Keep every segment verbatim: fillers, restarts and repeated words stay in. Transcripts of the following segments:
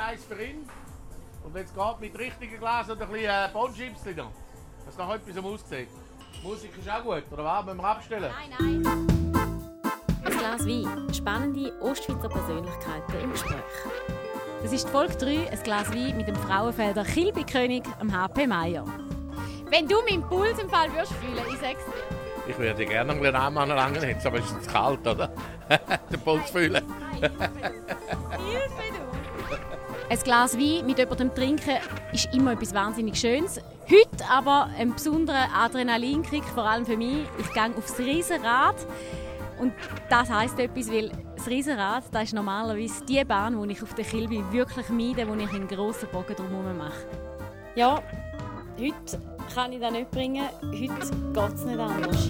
eins für ihn. Und jetzt geht mit richtigen Glas und ein bisschen äh, Bonchips noch. Dass nach etwas aussieht. Die Musik ist auch gut, oder was? Müssen wir abstellen? Nein, nein. Ein Glas Wein. Spannende Ostschweizer Persönlichkeiten im Gespräch. Das ist Folge drei, ein Glas Wein mit dem Frauenfelder Kilby-König, H P Meier. Wenn du meinen Puls im Fall würdest fühlen, ich sag's dir. Ich würde gerne einen Arm anlangen jetzt, aber es ist zu kalt, oder? Den Puls fühlen. Hilfe, du! Ein Glas Wein mit jemandem trinken ist immer etwas wahnsinnig Schönes. Heute aber ein besonderer Adrenalinkick, vor allem für mich. Ich gehe aufs Riesenrad. Und das heisst etwas, weil das Riesenrad, das ist normalerweise die Bahn, die ich auf der Kilby wirklich meide, wo ich einen grossen Bogen drumherum mache. Ja, heute kann ich das nicht bringen. Heute geht es nicht anders.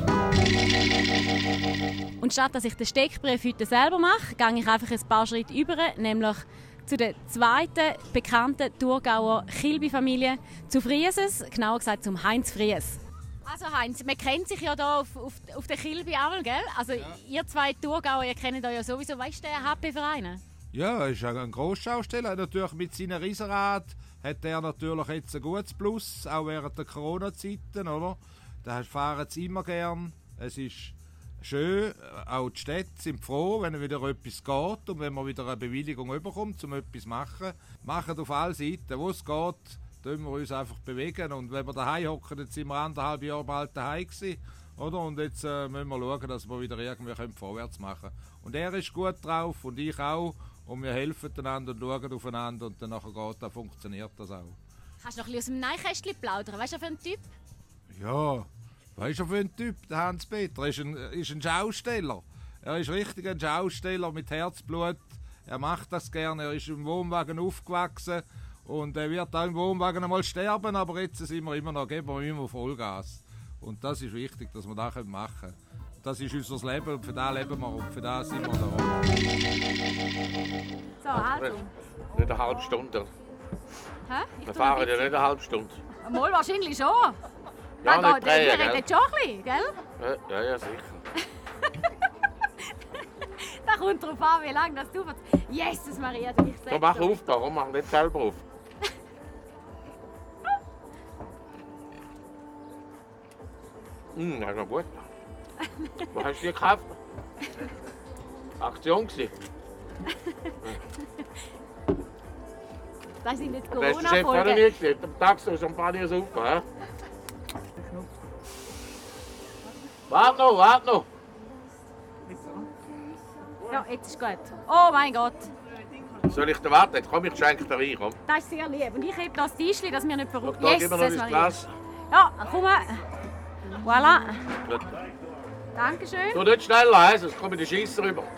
Und statt dass ich den Steckbrief heute selber mache, gehe ich einfach ein paar Schritte über, nämlich zu der zweiten bekannten Thurgauer Kilby-Familie, zu Frieses, genauer gesagt zum Heinz Fries. Also Heinz, man kennt sich ja hier auf, auf, auf der Kilby auch, gell? Also ja. Ihr zwei Thurgauer, ihr kennt euch ja sowieso. Weißt du, der H P-Verein? Ja, er ist ein Grossschausteller. Natürlich mit seinem Riesenrad hat er natürlich jetzt ein gutes Plus, auch während der Corona-Zeiten, oder? Da fahren sie immer gern. Es ist schön, auch die Städte sind froh, wenn wieder etwas geht und wenn man wieder eine Bewilligung bekommt, um etwas zu machen. Machen auf allen Seiten, wo es geht, tun wir uns einfach bewegen. Und wenn wir daheim hocken, jetzt sind wir anderthalb Jahre bald daheim gewesen, oder? Und jetzt äh, müssen wir schauen, dass wir wieder irgendwie vorwärts machen können. Und er ist gut drauf und ich auch. Und wir helfen einander und schauen aufeinander und dann geht das, funktioniert das auch. Kannst du noch ein bisschen aus dem Nähkästchen plaudern? Weißt du, für einen Typ? Ja, was ist er für ein Typ, der Hans-Peter? Er ist ein, ist ein Schausteller. Er ist richtig ein Schausteller mit Herzblut. Er macht das gerne. Er ist im Wohnwagen aufgewachsen und er wird auch im Wohnwagen einmal sterben, aber jetzt sind wir immer noch, geben wir immer Vollgas. Und das ist wichtig, dass wir das machen können. Das ist unser Leben und für das leben wir und für das sind wir da. So, also. Nicht eine halbe Stunde. Hä? Wir fahren ja nicht eine halbe Stunde. Mal wahrscheinlich schon. Ja, Nein, nicht drehen, wir reden schon ein bisschen, gell? Ja, ja, sicher. Das kommt darauf an, wie lange das du willst. Jesus Maria, du ich So, mach auf, warum mach nicht selber auf? Hm, das ist noch gut. Wo hast du die gekauft? Aktion gewesen. Das sind nicht Der beste Chef hat er Corona-Folgen. nicht gesehen. Am Tag so Champagner super, hä? Warte noch, warte noch. Ja, jetzt ist gut. Oh mein Gott. Soll ich da warten? Jetzt komm, ich schenke dir rein, komm. Das ist sehr lieb. Und ich habe das Tischchen, dass wir nicht Schau, verrückt da gib mir noch ein Glas. Ja, komm mal. Voilà. Gut. Dankeschön. Du nicht schneller, he? sonst komme ich den Scheisser rüber.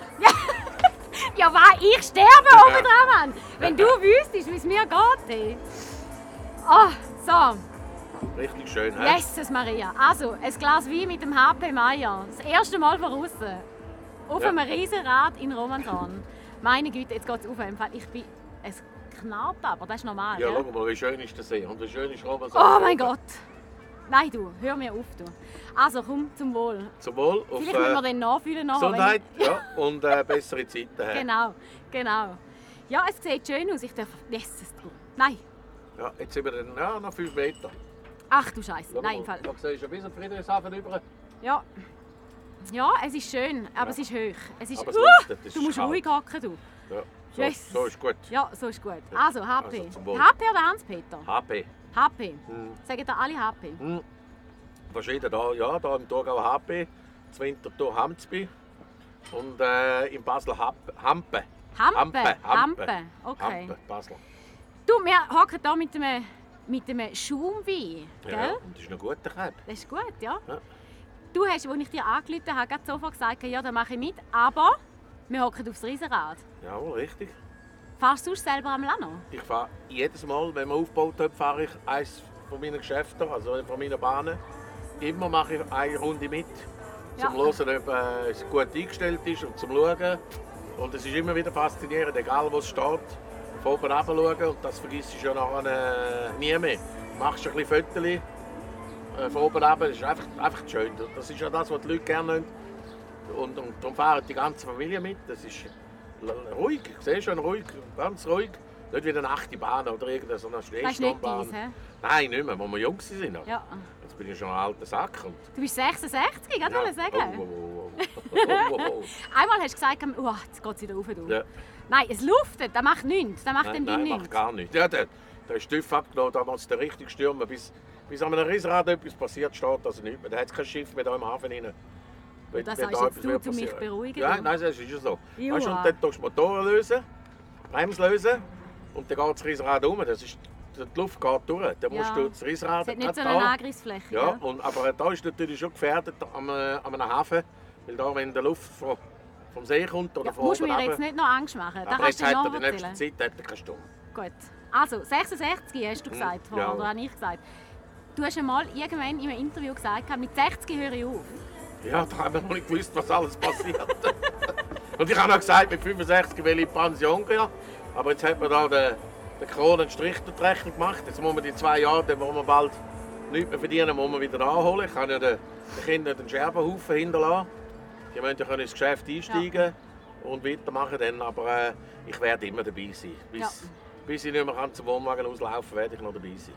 Ja, was? Ich sterbe oben dran, Mann. Wenn du wüsstest, wie es mir geht. Ey. Oh, so. Richtig schön, he? Jesus Maria. Also, ein Glas Wein mit dem H P Meier. Das erste Mal von außen. Auf Ja. einem Riesenrad in Romanshorn. Meine Güte, jetzt geht es auf. Ich bin... Es knarrt aber, das ist normal. Ja, gell? schau mal, wie schön ist der See und wie schön ist Roman. Oh mein Gott. Nein, du, hör mir auf. Du. Also, komm, zum Wohl. Zum Wohl. Auf Vielleicht müssen wir äh, den nachfühlen. Noch, Gesundheit, ja, und äh, bessere Zeiten. he? Genau, genau. Ja, es sieht schön aus. Ich darf... Jesus, du. Nein. Ja, jetzt sind wir dann, ja, noch fünf Meter. Ach du Scheiße. Schau Nein, mal, im Fall. Da siehst du bis zum Friedrichshafen rüber. Ja. Ja, es ist schön, aber Ja. es ist hoch. Es ist, Aber es Uh, luftet, es du ist musst kalt. ruhig hocken, du. Ja, so, Jesus. so ist gut. Ja, so ist gut. Also, H P. Also, zum Wohl. H P oder Hans-Peter? H P. H P. Hm. Sagen da alle H P? Hm. Verschieden da, ja, da im Thurgau H P, in Winterthur Hamzbi und äh, in Basel Hap Hampe. Hampe? Hampe, Hampe. Hampe, okay. Hampe, Basel. Du, wir hocken hier mit einem, mit einem Schaumwein, gell? Ja, und das ist noch gut, der Kerb. Das ist gut, ja? Ja. Du hast, als ich dir angerufen habe, gerade sofort gesagt, ja, da mache ich mit, aber wir hocken aufs Riesenrad. Jawohl, richtig. Fahrst du sonst selber am Lano? Ich fahre jedes Mal, wenn wir aufgebaut haben, fahre ich eines von meinen Geschäften, also von meinen Bahnen. Immer mache ich eine Runde mit, zum Ja. Hören, ob äh, es gut eingestellt ist und zum Schauen. Und es ist immer wieder faszinierend, egal wo es steht, von oben runter schauen und das vergisst du ja nachher äh, nie mehr. Du machst ein bisschen Fotos äh, von oben runter, das ist einfach, einfach schön. Das ist ja das, was die Leute gerne haben. Und, und darum fahren die ganze Familie mit. Das ist l- ruhig, ich sehe schon ruhig, ganz ruhig. Nicht wie eine achte Bahn oder irgendeine so eine Das ist nicht Schneesturmbahn. deins, hä? Nein, nicht mehr, als wir jung waren. Ja. Jetzt bin ich schon ein alter Sack. Und Du bist sechsundsechzig, ich wollte ja. sagen. Oh, oh, oh, oh. oh, oh, oh. Einmal hast du gesagt, oh, jetzt geht es wieder rauf. Du. Ja. Nein, es luftet, das macht nichts. Das macht Nein, dem nein, Ding macht nichts. gar nichts. Ja, der, der ist tief abgenommen, damals der richtige Stürmer. Bis, bis an einem Riesenrad etwas passiert, steht also nichts mehr. Da hat es kein Schiff mehr da im Hafen rein. Wenn, Das wenn sagst da jetzt etwas du, wird um mich passieren. beruhigen, Ja, du. nein, das ist ja so. Joa. Weißt du, und dann tust du Motoren lösen, Bremse lösen und dann geht das Riesenrad um. Das ist, die Luft geht durch. Dann musst Ja. du das Riesenrad... Es hat nicht so da- eine Angriffsfläche. Ja, Ja. und, aber da ist natürlich schon gefährdet am, äh, an einem Hafen. Weil da, wenn die Luft vom, vom See kommt oder Ja, von musst du oben mir runter- jetzt nicht noch Angst machen. Da aber kannst jetzt du hat noch er die nächste erzählen. Zeit hat er keine Stimme. Gut. Also, sechsundsechzig hast du gesagt, vorher, ja. oder habe ich gesagt. Du hast einmal irgendwann in einem Interview gesagt, mit sechzig höre ich auf. Ja, da haben wir noch nicht gewusst, was alles passiert. Und ich habe noch gesagt, mit fünfundsechzig will ich in die Pension gehen. Aber jetzt hat man da den, den Corona einen Strich durch die Rechnung gemacht. Jetzt muss man die zwei Jahre, dann wo wir bald nichts mehr verdienen, muss man wieder anholen. Ich kann ja den, den Kindern den Scherbenhaufen hinterlassen. Die müssen ja können ins Geschäft einsteigen und weitermachen. Dann. Aber äh, ich werde immer dabei sein. Bis, Ja. bis ich nicht mehr kann zum Wohnwagen auslaufen kann, werde ich noch dabei sein.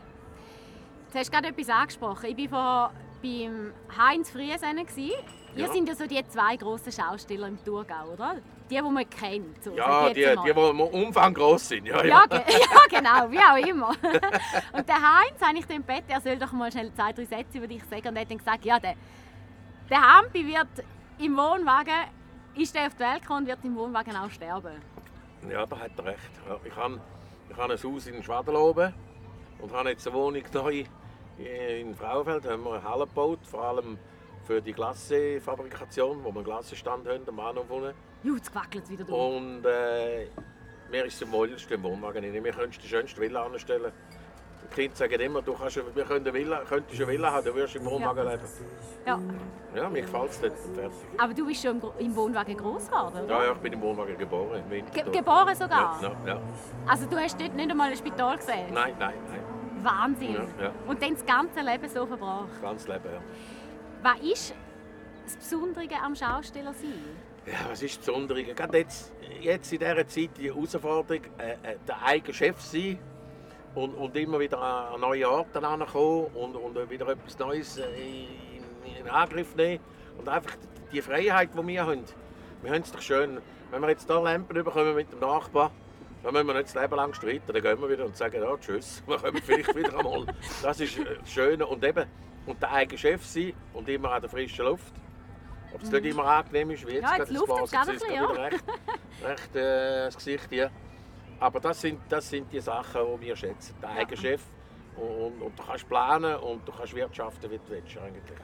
Du hast gerade etwas angesprochen. Ich war vor beim Heinz Friesen. Ihr Ja. sind ja so die zwei grossen Schausteller im Thurgau, oder? Die, die man kennt. So, Ja, sag ich die, jetzt die, mal. die im Umfang gross sind. Ja, Ja, ja. ge ja, genau, wie auch immer. Und der Heinz, habe ich dem Bett, er soll doch mal schnell zwei, drei Sätze über dich sagen. Und er hat dann gesagt, ja, der, der Hampi wird im Wohnwagen, ist der auf die Welt gekommen und wird im Wohnwagen auch sterben. Ja, da hat er recht. Ja, ich habe ich habe ein Haus in Schwadel oben und habe jetzt eine Wohnung neu in Frauenfeld. Da haben wir eine Halle gebaut, vor allem für die Glassefabrikation, wo wir einen Glassestand haben am Bahnhof unten. Ju, jetzt wackelt es wieder durch. Und äh, mir ist es am wohlsten im Wohnwagen rein. Wir können die schönste Villa anstellen. Die Kinder sagen immer, du kannst, wir können eine Villa, könntest eine Villa haben, du wirst im Wohnwagen leben. Ja. Ja, mir gefällt es dort. Fertig. Aber du bist schon im, Gro- im Wohnwagen groß geworden, oder? Ja, ja, ich bin im Wohnwagen geboren. Im Ge Winterthur. geboren sogar? Ja, ja, ja. Also du hast dort nicht einmal ein Spital gesehen? Nein, nein, nein. Wahnsinn. Ja, ja. Und dann das ganze Leben so verbracht. Das ganze Leben, ja. Was ist das Besondere am Schausteller sein? Ja, was ist das Besondere? Gerade jetzt, jetzt in dieser Zeit die Herausforderung, äh, äh, der eigene Chef sein und, und immer wieder an neue Orte herankommen und, und wieder etwas Neues äh, in, in Angriff nehmen. Und einfach die Freiheit, die wir haben. Wir haben es doch schön. Wenn wir jetzt hier Lampen bekommen mit dem Nachbarn, dann müssen wir nicht das Leben lang streiten. Dann gehen wir wieder und sagen, ja, tschüss, wir kommen vielleicht wieder einmal. Das ist äh, das Schöne. Und eben, und der eigene Chef sein und immer an der frischen Luft. Ob es nicht immer angenehm ist, wie jetzt, Ja, jetzt gerade, luftet war es gerade jetzt ein ist bisschen, gerade wieder recht, recht äh, das Gesicht hier. Aber das sind, das sind die Sachen, die wir schätzen. Der eigene Chef. Und, und du kannst planen und du kannst wirtschaften, wie du willst eigentlich.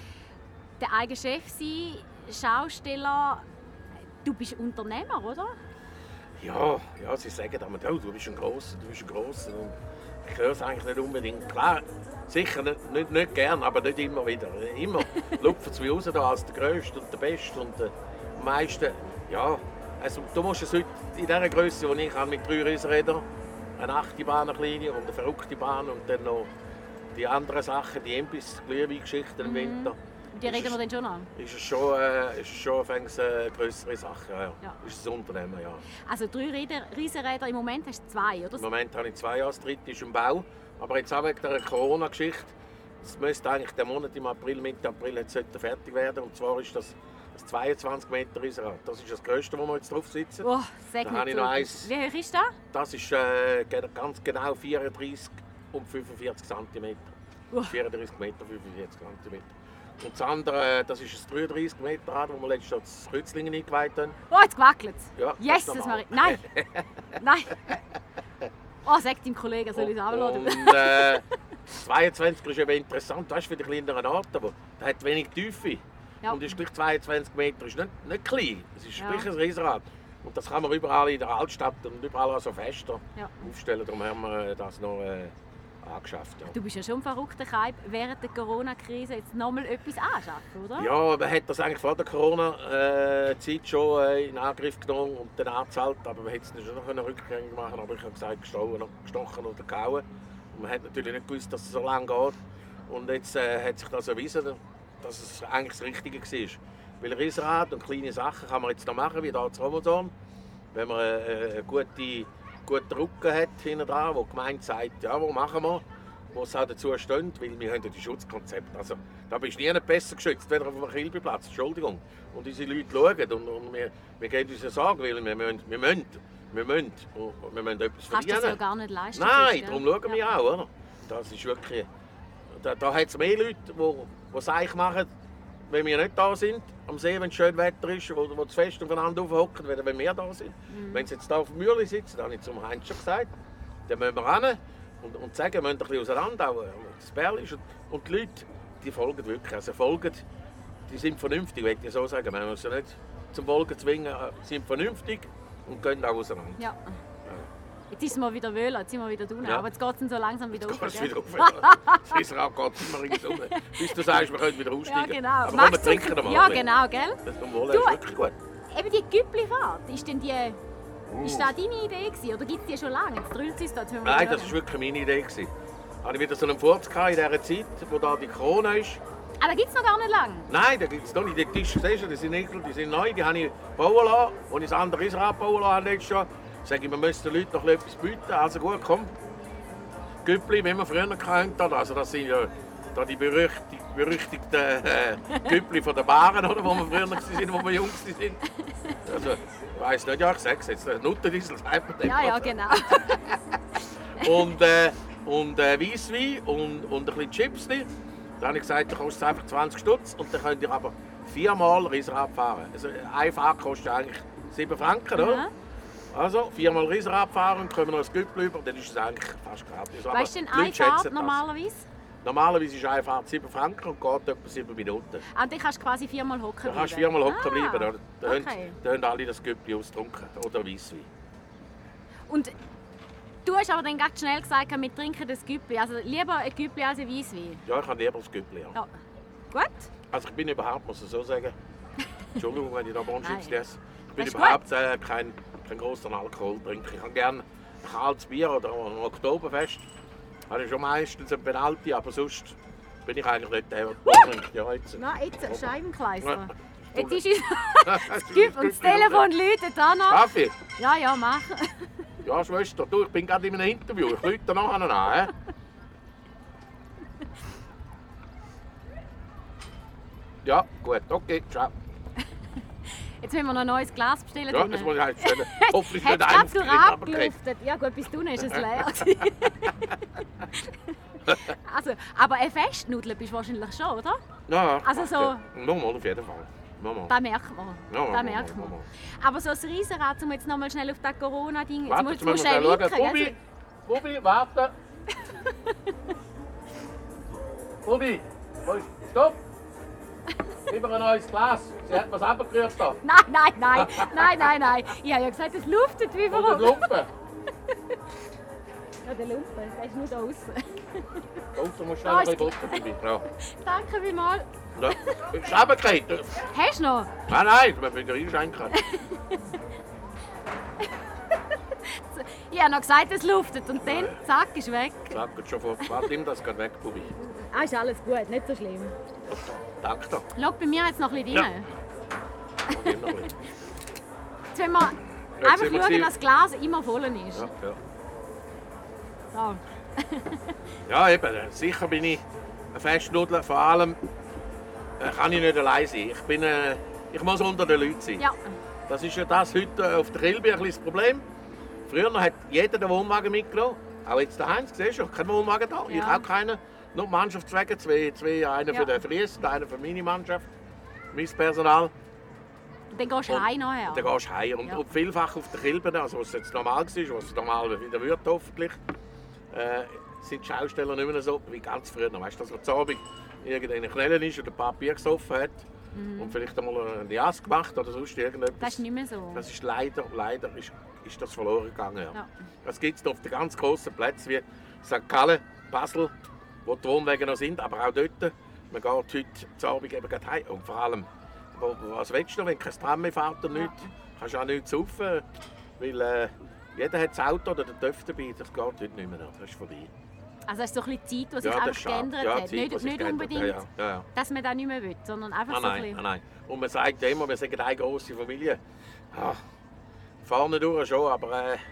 Der eigene Chef sein, Schausteller, du bist Unternehmer, oder? Ja, ja, sie sagen immer, oh, du bist ein Grosser, du bist ein Grosser. Und ich höre es eigentlich nicht unbedingt. Klar, sicher nicht, nicht, nicht gern, aber nicht immer wieder. Immer lupfen sie raus da als der Grösste und der Beste und der meiste. Ja, also du musst es heute in dieser Größe, die ich habe, mit drei Riesenrädern, eine achte Bahn, eine kleine und eine verrückte Bahn und dann noch die anderen Sachen, die Impis, Glühwein-Geschichten im Winter. Die reden wir dann schon an. Ist es schon, äh, ist es schon eine äh, größere Sache, ja. Ja. Ist es ein Unternehmen, ja. Also drei Räder, Riesenräder, im Moment hast du zwei, oder? Im Moment habe ich zwei Jahre, das dritte ist im Bau. Aber jetzt auch wegen der Corona-Geschichte, es müsste eigentlich der Monat im April, Mitte April jetzt sollte fertig werden. Und zwar ist das das zweiundzwanzig Meter Riesenrad. Das ist das Größte, wo wir jetzt drauf sitzen. Oh, sag Da nicht habe ich so. noch eins. Wie hoch ist das? Das ist äh, ganz genau vierunddreißig und fünfundvierzig Zentimeter. Oh. vierunddreißig Meter, fünfundvierzig Zentimeter. Und das andere, äh, das ist ein dreiunddreißig Meter Rad, das wir letztes Jahr das Kreuzlingen eingeweiht haben. Oh, jetzt gewackelt es. Ja, Yes, das das normal. mache ich. Nein. Nein. Oh, sag deinem Kollegen, soll ich es abladen? Und äh, zweiundzwanzig ist eben interessant, das ist für die kleineren Orte, wo der hat wenig Tiefe. Ja. Und ist gleich zweiundzwanzig Meter, ist nicht, nicht klein, es ist Ja. wirklich ein Riesenrad. Und das kann man überall in der Altstadt und überall an so Fester Ja. aufstellen, darum haben wir das noch äh, angeschafft. Ja. Du bist ja schon ein verrückter Kaib, während der Corona-Krise jetzt nochmal etwas anschaffen, oder? Ja, man hat das eigentlich vor der Corona-Zeit schon äh, in Angriff genommen und dann angezahlt, aber man hätte es schon noch rückgängig machen, aber ich habe gesagt, gestochen, gestochen oder gehauen. Und man hat natürlich nicht gewusst, dass es so lange geht. Und jetzt äh, hat sich das erwiesen, dass es eigentlich das Richtige war. Weil Riesenrad und kleine Sachen kann man jetzt noch machen, wie hier zu Ramadan. Wenn man äh, eine gute guten Rücken hat hinten dran, wo die Gemeinde sagt, ja, was machen wir, wo es auch dazu steht, weil wir haben ja die Schutzkonzepte. Also, da bist du nie besser geschützt, weder auf dem Kilbeplatz, Entschuldigung. Und unsere Leute schauen und, und wir, wir geben uns Sorge, weil wir müssen, wir müssen, wir müssen, wir müssen etwas verdienen. Kannst du das ja gar nicht leisten? Nein, sonst, darum schauen wir ja. auch. Oder? Das ist wirklich, da da hat es mehr Leute, die es eigentlich machen, wenn wir nicht da sind, am See, wenn es schön Wetter ist, wo, wo das Fest aufeinander aufhocken, wenn wir da sind. Mhm. Wenn sie jetzt hier auf dem Mürli sitzen, habe ich zum Heinz schon gesagt, dann müssen wir hin und, und sagen, wir müssen ein bisschen auseinander, auch das Bärli ist. Und, und die Leute, die folgen wirklich, also folgen, die sind vernünftig, will ich so sagen. Wir müssen nicht zum Folgen zwingen, sind vernünftig und gehen auch auseinander. Ja. Jetzt ist es mal wieder Wöhler, jetzt sind wir wieder unten, ja. Aber jetzt geht es so langsam wieder jetzt auf. Jetzt wieder auf. Das ist auch geht immer ringsum. Bis du sagst, wir können wieder aussteigen. Ja, genau. Aber komm, wir trinken mal. Ja, genau, gell? Das Wohl ist wirklich gut. Eben die Güppli-Fahrt, ist denn die... Uh. Ist das deine Idee gewesen, oder gibt es die schon lange? Jetzt drüllt es uns da. Nein, das war wirklich meine Idee. Ich hatte wieder so einen Furz in dieser Zeit, wo da die Corona ist. Ah, da gibt es noch gar nicht lange? Nein, da gibt es noch nicht. Die Tische, siehst du, die sind nicht, die sind neu, die habe ich bauen lassen. Als ich das andere Israel bauen lassen habe letztes Jahr, sage ich, wir müssen den Leuten noch etwas bieten. Also gut, komm. Güppli, wie wir früher hatten. Also das sind ja da die berüchtigten, berüchtigten äh, Güppli von den Baren, oder, wo wir früher waren, wo wir jung waren. Also, ich weiss nicht, ja, ich sage es jetzt. Nuttendiesel sagt man dem. Ja, ja, genau. und äh, und äh, Weisswein und, und ein bisschen Chips. Dann habe ich gesagt, da kostet es einfach zwanzig Stutz und dann könnt ihr aber viermal Riesenrad fahren. Also eine Fahrt kostet eigentlich sieben Franken, oder? Ja. Also viermal Riesenrad fahren und kommen noch ein Güppli über, dann ist es eigentlich fast gratis. Weißt du denn eine Fahrt normalerweise? Normalerweise ist eine Fahrt sieben Franken und geht etwa sieben Minuten. Ah, dann kannst du quasi viermal hocken bleiben? Dann kannst du viermal hocken ah, bleiben. Dann, dann, okay. dann haben alle das Güppli austrunken oder Weisswein. Und du hast aber dann ganz schnell gesagt, wir trinken das Güppli. Also lieber ein Güppli als ein Weisswein? Ja, ich habe lieber das Güppli. Ja. Ja. Gut. Also ich bin überhaupt, muss ich so sagen, Entschuldigung, wenn ich da Bonchips esse. Ich bin Das ist überhaupt äh, kein, kein grosser Alkoholtrinker. Ich habe gerne ein kaltes Bier oder ein Oktoberfest. Habe ich schon meistens ein Penalty, aber sonst bin ich eigentlich nicht der, der trinkt. Ja, jetzt. Na, jetzt ein Scheibenkleister. Ja. Jetzt ist es das Güppli und das Telefon läutet da noch. Kaffee? Ja, ja, mach. Ja, Schwester, du, ich bin gerade in einem Interview. Ich rufe nachher an. He? Ja, gut, okay, ciao. Jetzt müssen wir noch ein neues Glas bestellen. Ja, das muss ich halt stellen. Hoffentlich Hat nicht gerade eins durch aber abgelüftet. Ja gut, bis du ist es leer. Also, aber ein Festnudel bist du wahrscheinlich schon, oder? Ja, Also so- Nochmal auf jeden Fall. Nochmal. Das merkt man. Ja, das mal, merkt mal, man. mal. Aber so ein Riesenrad, um jetzt noch mal schnell auf das Corona-Ding... Jetzt Warte, musst jetzt du müssen wir schnell schnell winken, schauen. gell? Bubi, Bubi, warte. Bubi, stopp. Gib mir ein neues Glas. Sie hat was abgerührt da. Nein, nein, nein, nein, nein, nein. Ich habe ja gesagt, es luftet wie Und den verrückt. Lumpen. Ja, der Lumpen, der ist nur da außen. Da unten musst du Da schnell ist- ein bisschen Butter vorbei. Ja. Danke vielmals. Ja. Ist es runtergefallen? Hast du noch? Nein, nein, wir müssen wieder einschenken. Ich habe noch gesagt, es luftet und dann, zack, ist weg. Sag jetzt schon vor. Warte, nimm das gerade weg, Bubi. Ah, ist alles gut, nicht so schlimm. Danke dir. Schau bei mir jetzt noch ein bisschen Ja. rein. Mach ich noch ein bisschen. Jetzt müssen wir Jetzt einfach sind wir schauen, gewesen. dass das Glas immer voll ist. Ja, ja. So. Ja, eben. Sicher bin ich ein Festnudler. Vor allem äh, kann ich nicht allein sein. Ich, bin, äh, ich muss unter den Leuten sein. Ja. Das ist ja das heute auf der Kilby ein bisschen das Problem. Früher hat jeder den Wohnwagen mitgenommen. Auch jetzt daheim, siehst du, kein Wohnwagen da. Ich Ja. auch keinen. Nur die Mannschaftswagen, zwei, zwei, einer Ja. für den Fries und einer für meine Mannschaft. Mein Personal. Und dann gehst du Und heim nachher. Dann gehst du heim. Und, Ja. und vielfach auf der Kilbe, also was jetzt normal war, was es normal wieder wird hoffentlich, äh, sind die Schausteller nicht mehr so wie ganz früher. Weißt du, dass man zu Abend irgendeine Knelle ist oder ein paar Bier gesoffen hat und vielleicht einmal einen Jas gemacht oder sonst irgendetwas. Das ist nicht mehr so. Das ist leider, leider ist, ist das verloren gegangen. Ja. Ja. Das gibt es auf den ganz grossen Plätzen wie Sankt Gallen, Basel, wo die Wohnwege noch sind, aber auch dort. Man geht heute zu Abend eben gerade heim. Und vor allem, wo, was willst du noch, wenn kein Tram mehr fährt oder nichts? Kannst du auch nichts saufen, weil äh, jeder hat das Auto oder den Töpf dabei. Das geht heute nicht mehr. Das ist vorbei. Also das ist so ein bisschen die Zeit, die sich Ja, das einfach ist schade. geändert Ja, die hat. Zeit, Nicht, die sich nicht geändert unbedingt, hat. Ja, ja, ja. dass man das nicht mehr will, sondern einfach Nein, so ein nein, bisschen... nein, nein. Und man sagt ja immer, wir sind eine grosse Familie. Ja, vorne durch schon, aber äh,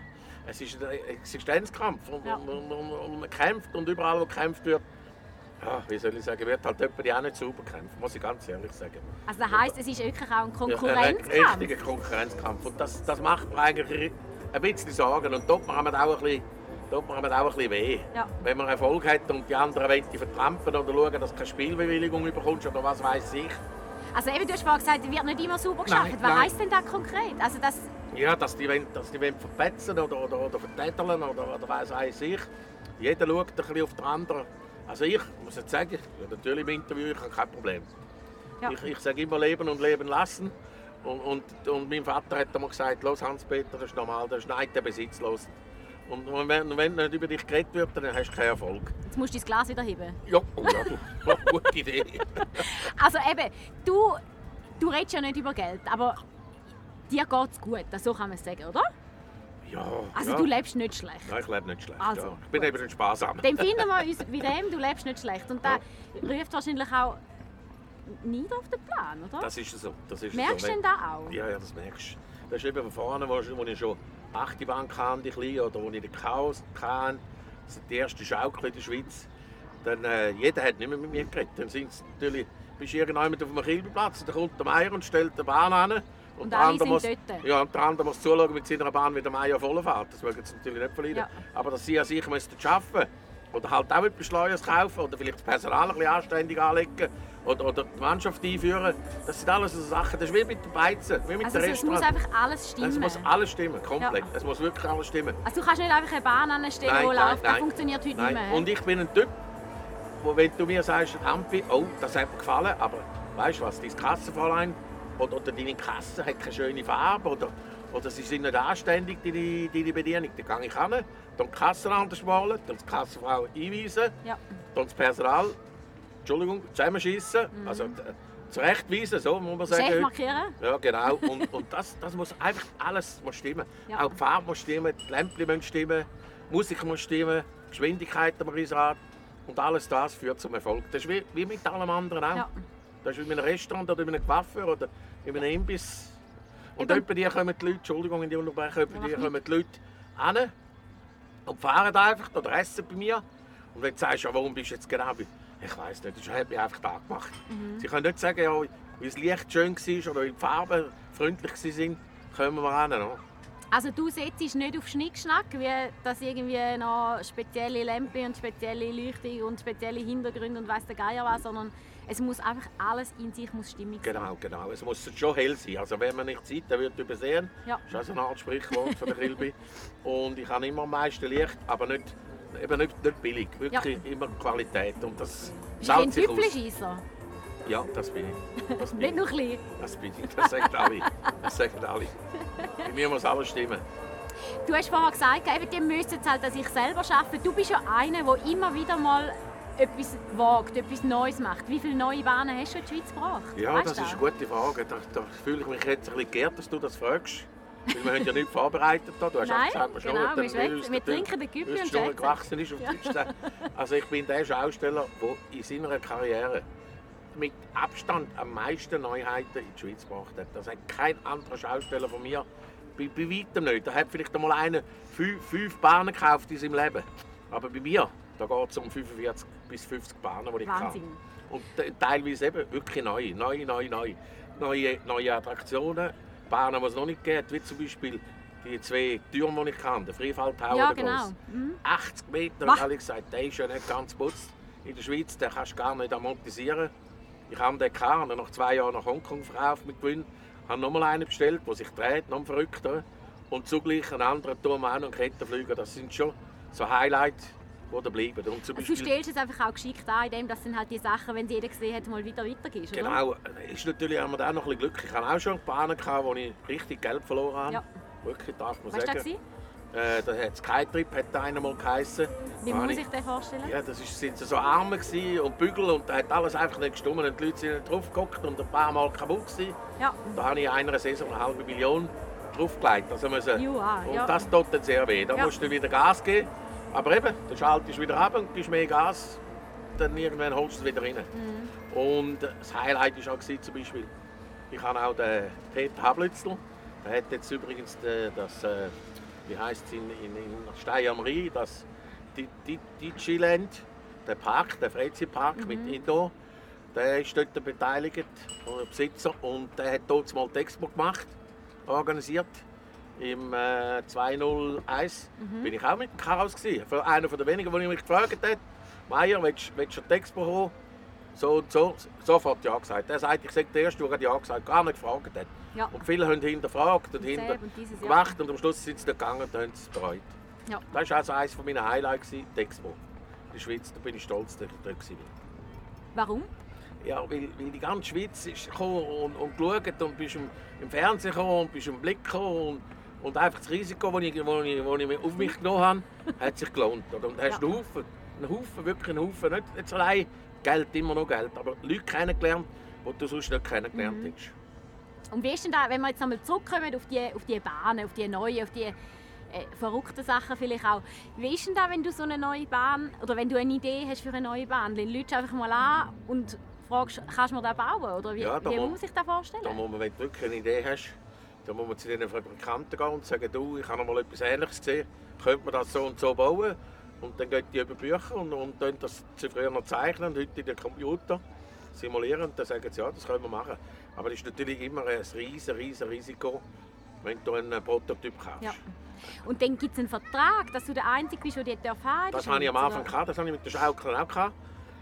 es ist ein Existenzkampf und, Ja. und, und, und, und man kämpft und überall, wo gekämpft wird, ja, wie soll ich sagen, wird halt jemand auch nicht sauber kämpfen, muss ich ganz ehrlich sagen. Also das heisst, es ist wirklich auch ein Ja, Konkurrenzkampf? ein richtiger Konkurrenzkampf und das, das macht mir eigentlich ein bisschen Sorgen und dort macht mir auch ein bisschen, dort macht mir auch ein bisschen weh. Ja. Wenn man Erfolg hat und die anderen wollen dich vertrampen oder schauen, dass du keine Spielbewilligung bekommst oder was weiß ich. Also eben, du hast vorhin gesagt, es wird nicht immer sauber Nein, geschafft. Was nein. heisst denn das konkret? Also das, Ja, dass die, wollen- dass die wollen verpetzen oder, oder, oder vertäteln oder, oder was weiß ich. Jeder schaut ein bisschen auf den anderen. Also ich muss jetzt sagen, ja, natürlich im Interview, ich habe kein Problem. Ja. Ich, ich sage immer leben und leben lassen. Und, und, und mein Vater hat einmal gesagt, los Hans-Peter, das ist normal, das ist Neid der besitzlos. Und wenn, wenn nicht über dich geredet wird, dann hast du keinen Erfolg. jetzt musst du dein Glas wieder heben. Ja, oh ja, du, oh, gute Idee. Also eben, du, du redest ja nicht über Geld, aber dir geht es gut, so kann man es sagen, oder? Ja, Also ja. du lebst nicht schlecht. Nein, ich lebe nicht schlecht. Also, ja. Ich bin gut. eben ein sparsam. Dann finden wir uns wie dem, du lebst nicht schlecht. Und das ruft wahrscheinlich auch nieder auf den Plan, oder? Das ist so. Das ist Merkst so. du denn das auch? Ja, ja, das merkst du. Das ist eben von vorne, wo, wo ich schon achte Bank hatte, die Kleine, oder wo ich den Chaos hatte, also die erste Schaukel in der Schweiz. Dann, äh, jeder hat nicht mehr mit mir geredet. Dann sind natürlich, bist du irgendwann auf einem Kilbenplatz, dann kommt der Meier und stellt die Bahn an. Und der alle andere sind muss, dort. Ja, und der andere muss zuschauen mit seiner Bahn, wie der Meier voll fährt. Das mögen sie natürlich nicht verlieren. Ja. Aber dass sie an sich müssten arbeiten oder halt auch etwas Schleuers kaufen oder vielleicht das Personal ein bisschen anständig anlegen oder, oder die Mannschaft einführen, das sind alles so Sachen. Das ist wie mit den Beizen, wie mit Also den es muss Restaurants. einfach alles stimmen. Es muss alles stimmen, komplett. Ja. Es muss wirklich alles stimmen. Also du kannst nicht einfach eine Bahn anstellen, Nein, die nein, läuft. Das nein. funktioniert heute Nein. nicht mehr. Und ich bin ein Typ, wo, wenn du mir sagst, Hampi, oh, das hat mir gefallen, aber weißt du was, dein Kassenfräulein oder, oder deine Kasse hat keine schöne Farbe oder, oder sie sind nicht anständig, deine, deine Bedienung. Dann gehe ich hin, dann die Kasse anders malen, dann die Kassenfrau einweisen, Ja. dann das Personal, Entschuldigung, zusammenschiessen, Mhm. also äh, zurechtweisen, so muss man sagen. Chef heute. markieren? Ja, genau. Und, und das, das muss einfach alles muss stimmen. Ja. Auch die Farbe muss stimmen, die Lämpchen müssen stimmen, die Musik muss stimmen, die Geschwindigkeit am Riesenrad. Und alles das führt zum Erfolg. Das ist wie, wie mit allem anderen auch. Ja. Das ist wie in einem Restaurant oder in einem Coiffeur oder in einem Imbiss. Und Eben. etwa die kommen die Leute, Entschuldigung, in die Unterbrechung, etwa die Mach kommen die Leute hin und fahren einfach oder essen bei mir. Und wenn du sagst, ja, warum bist du jetzt genau bei... Ich weiss nicht, das hat mich einfach da gemacht. Mhm. Sie können nicht sagen, ja, weil das Licht schön war oder weil die Farben freundlich waren, kommen wir hin. No? Also du setzt nicht auf Schnickschnack, wie dass irgendwie noch spezielle Lampen und spezielle Leuchtung und spezielle Hintergründe und weiss der Geier was, sondern es muss einfach alles in sich muss stimmig sein. Genau, genau. Es muss schon hell sein. Also wenn man nicht sieht, dann wird übersehen. Ja. Das ist also eine Art Sprichwort von der Kilby. Und ich habe immer am meisten Licht, aber nicht, eben nicht, nicht billig. Wirklich immer Qualität. Und das Bist du ein zahlt sich aus. Tüpfelscheisser? Ja, das bin ich. Das bin Nicht ich. nur klein. Das bin ich. Das sagen alle. Das sagen alle. Bei mir muss alles stimmen. Du hast vorher gesagt, eben, die müssen halt an sich selber arbeiten. Du bist ja einer, der immer wieder mal etwas wagt, etwas Neues macht. Wie viele neue Bahnen hast du in die Schweiz gebracht? Ja, Weißt das du ist eine gute Frage. Da, da fühle ich mich jetzt ein bisschen geehrt, dass du das fragst. Weil wir haben ja nichts vorbereitet. Da. Du hast Nein, gesagt, wir genau, schnurren, wir dann schwätzen- will uns wir natürlich- trinken den Güppli weil es und schon schwätzen. gewachsen ist auf Ja. Deutsch. Also ich bin der Schausteller, der in seiner Karriere mit Abstand am meisten Neuheiten in die Schweiz gebracht hat. Das hat kein anderer Schausteller von mir, bei, bei weitem nicht. Da hat vielleicht einmal einer fünf, fünf Bahnen gekauft in seinem Leben. Aber bei mir, da geht es um fünfundvierzig bis fünfzig Bahnen, die ich Wahnsinn. kann. Und te- teilweise eben wirklich neu, neu, neu, neu. Neue, neue Attraktionen, Bahnen, die es noch nicht gibt, wie zum Beispiel die zwei Türme, die ich kann, der Freefall Tower, Ja, der genau. grosse. Mhm. achtzig Meter, Wah. habe ich gesagt, der ist ja nicht ganz putzt. In der Schweiz, den kannst du gar nicht amortisieren. Ich habe den gehabt, und nach zwei Jahren nach Hongkong verkauft mit Gewinn. Ich habe nochmal einen bestellt, der sich dreht, noch ein verrückter. Und zugleich einen anderen Turm auch noch, einen Kettenflüger. Das sind schon so Highlights, die da bleiben. Und zum Also du Beispiel, stellst es einfach auch geschickt an, indem das sind halt die Sachen, wenn es jeder gesehen hat, mal wieder weitergibst, oder? genau, ist natürlich haben wir da noch ein bisschen Glück. Ich hatte auch schon Bahnen, gehabt, wo ich richtig Geld verloren habe. Ja. Wirklich, darf man Was war sagen. das? gewesen? Äh, da hat Skytrip hat einer mal geheissen. Wie Da muss habe ich dir vorstellen? Ja, das ist, sind so Arme gsi und Bügel und da hat alles einfach nicht gestimmt und die Leute sind nicht drauf geguckt und ein paar Mal kaputt gsi. Ja. Da habe ich in einer Saison eine halbe Million draufgelegt. Also müssen, Ja, und ja. das tut dann sehr weh. Da Ja. musst du wieder Gas geben. Aber eben, dann schaltest du wieder ab und gibst mehr Gas. Dann irgendwann holst du es wieder rein. Mhm. Und das Highlight war auch gewesen, zum Beispiel, ich habe auch den Peter Hablützl. Der hat jetzt übrigens den, das, äh, wie heisst es, in, in, in Steyr am Rhein, das Digiland, der Park, der Freizeitpark mhm. mit Indoor. Der ist dort beteiligt, der Besitzer, und der hat dort mal die Expo gemacht, organisiert. Im äh, zweihunderteins mhm. bin ich auch mit dem Chaos gewesen. Einer der wenigen, der mich gefragt hat, Meier, willst, willst du an die Expo kommen? So und so. Sofort ja gesagt. Er sagt, ich sage der Erste, der ja gesagt gar nicht gefragt hat. Ja. Und viele haben hinterfragt und hinter gemacht und am Schluss sind sie nicht gegangen und haben es bereut. Ja. Das war also eines meiner Highlights, die Expo. In der Schweiz, da bin ich stolz, dass ich dort war. Warum? Ja, weil, weil die ganze Schweiz ist gekommen und, und geschaut und bist im, im Fernsehen gekommen und bist im Blick gekommen und, und einfach das Risiko, das ich, ich, ich auf mich genommen habe, hat sich gelohnt. Und hast ja. einen Haufen, einen Haufen, wirklich einen Haufen, nicht jetzt allein Geld, immer noch Geld, aber Leute kennengelernt, die du sonst nicht kennengelernt mhm. hättest. Und wie ist denn da, wenn wir jetzt einmal zurückkommen auf die, auf die Bahnen, auf die neuen, auf die äh, verrückten Sachen vielleicht auch. Wie ist denn da, wenn du so eine neue Bahn, oder wenn du eine Idee hast für eine neue Bahn, dann lädst du einfach mal an und fragst, kannst du mir das bauen? Oder wie, ja, wie muss man sich das vorstellen? Da muss man, wenn du wirklich eine Idee hast, dann muss man zu den Fabrikanten gehen und sagen, du, ich habe noch mal etwas Ähnliches gesehen, könnte man das so und so bauen? Und dann gehen die über Bücher und, und dann das sie früher noch zeichnen und heute in den Computer simulieren und dann sagen sie, ja, das können wir machen. Aber das ist natürlich immer ein riesen, riesen Risiko, wenn du einen Prototyp kaufst. Ja. Und dann gibt es einen Vertrag, dass du der Einzige bist, der die haben darf? Das hatte ich am Anfang, gehabt, das hatte ich mit den Schauklern auch gehabt.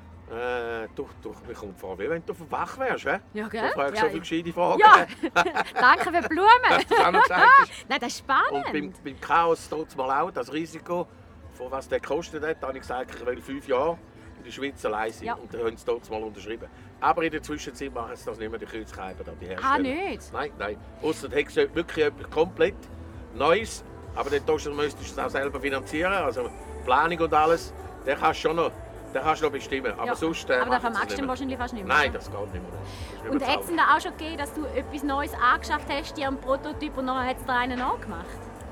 Äh, du, du, mir kommt vor, wie wenn du auf dem Fach wärst, he? Ja, gell? Du fragst ja, so viele gescheite Fragen. Ja, danke für die Blumen. Hast du das auch noch gesagt? Nein, das ist spannend. Und beim, beim Chaos tut mal auch das Risiko, von was der gekostet hat, habe ich gesagt, ich will fünf Jahre in der Schweiz allein sein. Ja. Und dann haben sie dort mal unterschrieben. Aber in der Zwischenzeit machen sie das nicht mehr, die Kreuzkeiber, die Hersteller. Ah, nicht? Nein, nein. Ausser du hättest wirklich etwas komplett Neues, aber dann müsstest du es auch selber finanzieren, also Planung und alles. Den kannst du schon noch, den kannst du noch bestimmen. Aber ja. sonst äh, aber das vermagst du wahrscheinlich fast nicht mehr. Nein, das geht nicht mehr. Und hat es denn da auch schon gegeben, dass du etwas Neues angeschafft hast, dir einen Prototyp, und nachher hat es dir einen nachgemacht?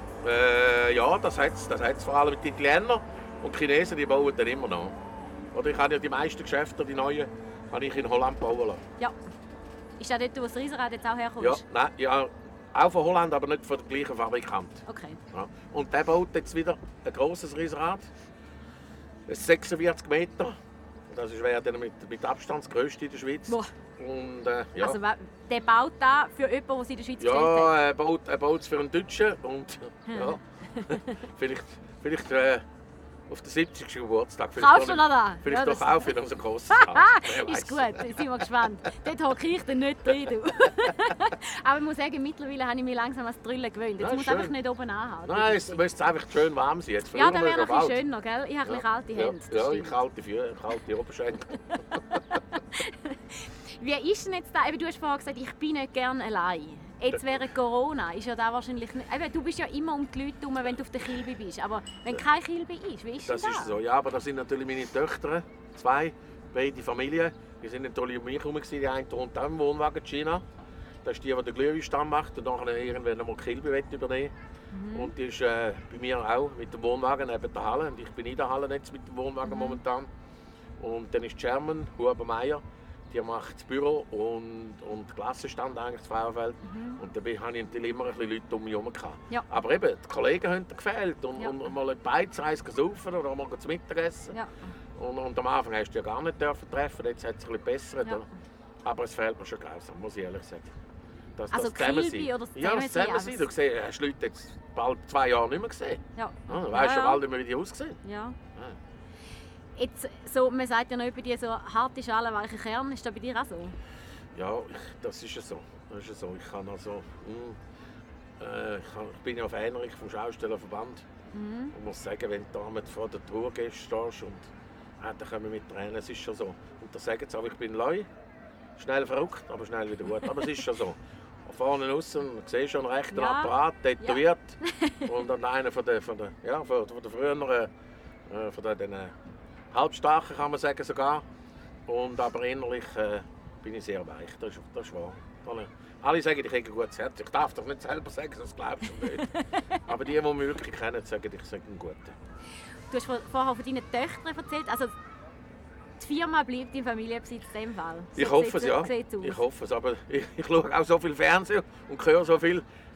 Äh, ja, das hat es. Das hat's vor allem die Italiener und die Chinesen, die bauen dann immer noch. Oder ich habe ja die meisten Geschäfte, die neuen, habe ich in Holland bauen lassen. Ja. Ist das dort, wo das Riesenrad jetzt auch herkommt? Ja, nein, ja, auch von Holland, aber nicht von dem gleichen Fabrikant. Okay. Ja. Und der baut jetzt wieder ein grosses Riesenrad. Es ist sechsundvierzig Meter. Das wäre dann mit, mit Abstand das grösste in der Schweiz. Boah. Und, äh, ja. Also der baut da für jemanden, der es in der Schweiz gestellt hat? Ja, er baut, er baut es für einen Deutschen. Und, hm. ja, vielleicht vielleicht äh, auf den siebzigsten Geburtstag. Kaufst du noch da? Vielleicht ja, doch auch für so ein grosses Haus. Ist gut, sind wir gespannt. Dort hocke ich dann nicht drin. Du. Aber ich muss sagen, mittlerweile habe ich mich langsam an das Drüllen gewöhnt. Jetzt ja, muss schön. Einfach nicht oben anhalten. Nein, es müsste einfach schön warm sein. Jetzt ja, dann wäre noch ein bisschen schöner, gell? Ich habe ja. kalte Hände. Ja, ja ich kalte Füße, kalte Oberschenkel. Wie ist denn jetzt da? Du hast vorhin gesagt, ich bin nicht gerne allein. Jetzt während Corona ist ja da wahrscheinlich nicht. Eben, du bist ja immer um die Leute herum, wenn du auf der Kilbe bist. Aber wenn kein Kilbe ist, wie ist das? Das ist so, ja, aber das sind natürlich meine Töchter, zwei, beide Familien. Die sind natürlich um mich herum. Die eine wohnt auch im Wohnwagen in China. Das ist die, die den Glühweinstand macht und dann irgendwann einmal die Kilbe übernehmen. Mhm. Und die ist äh, bei mir auch mit dem Wohnwagen neben der Halle. Und ich bin in der Halle jetzt mit dem Wohnwagen mhm. momentan. Und dann ist Sherman, Huber Meier. Die macht das Büro und, und den Klassenstand eigentlich, das Frauenfeld. Mhm. Und dabei hatte ich natürlich immer ein bisschen Leute um mich herum. Ja. Aber eben, die Kollegen haben dir gefehlt. Und, ja. und mal ein Beiz, eins saufen oder mal zum Mittagessen. Ja. Und, und am Anfang hast du ja gar nicht dürfen treffen, jetzt hat es ein bisschen besser. Ja. Aber es fehlt mir schon grausam, muss ich ehrlich sagen. Das, also das Kilby oder das Ja, das Zusammensein. Du siehst, hast Leute jetzt bald zwei Jahre nicht mehr gesehen. Ja. Ja, du weißt ja bald nicht mehr, wie die aussehen. Ja. Ja. Jetzt, so, man sagt ja noch über die so harte Schale, weiche Kern. Ist das bei dir auch so? Ja, ich, das ist ja so. Das ist ja so. Ich, kann also, mh, äh, ich, kann, ich bin ja Fahnerin vom Schaustellerverband. Mhm. Und muss sagen, wenn du damit vor der Tour stehst und äh, dann kommen wir mit Tränen, es ist schon so. Und da sagen sie auch, ich bin neu, schnell verrückt, aber schnell wieder gut. Aber es ist schon so. Vorne außen, du siehst schon einen rechten ja. Apparat, tätowiert. Ja. Und dann einer von der, von der, ja, von, von der früheren, äh, von den Halbstarken kann man sagen sogar. Und aber innerlich äh, bin ich sehr weich, das ist, das ist wahr. Alle sagen, ich habe ein gutes Herz. Ich darf doch nicht selber sagen, das glaubst du nicht. Aber die, die mich wirklich kennen, sagen, ich sage einen guten. Du hast vorher von deinen Töchtern erzählt. Also die Firma bleibt im Familienbesitz in dem Fall. So ich hoffe es, ja. Ich hoffe es, aber ich, ich schaue auch so viel Fernsehen und höre so viel.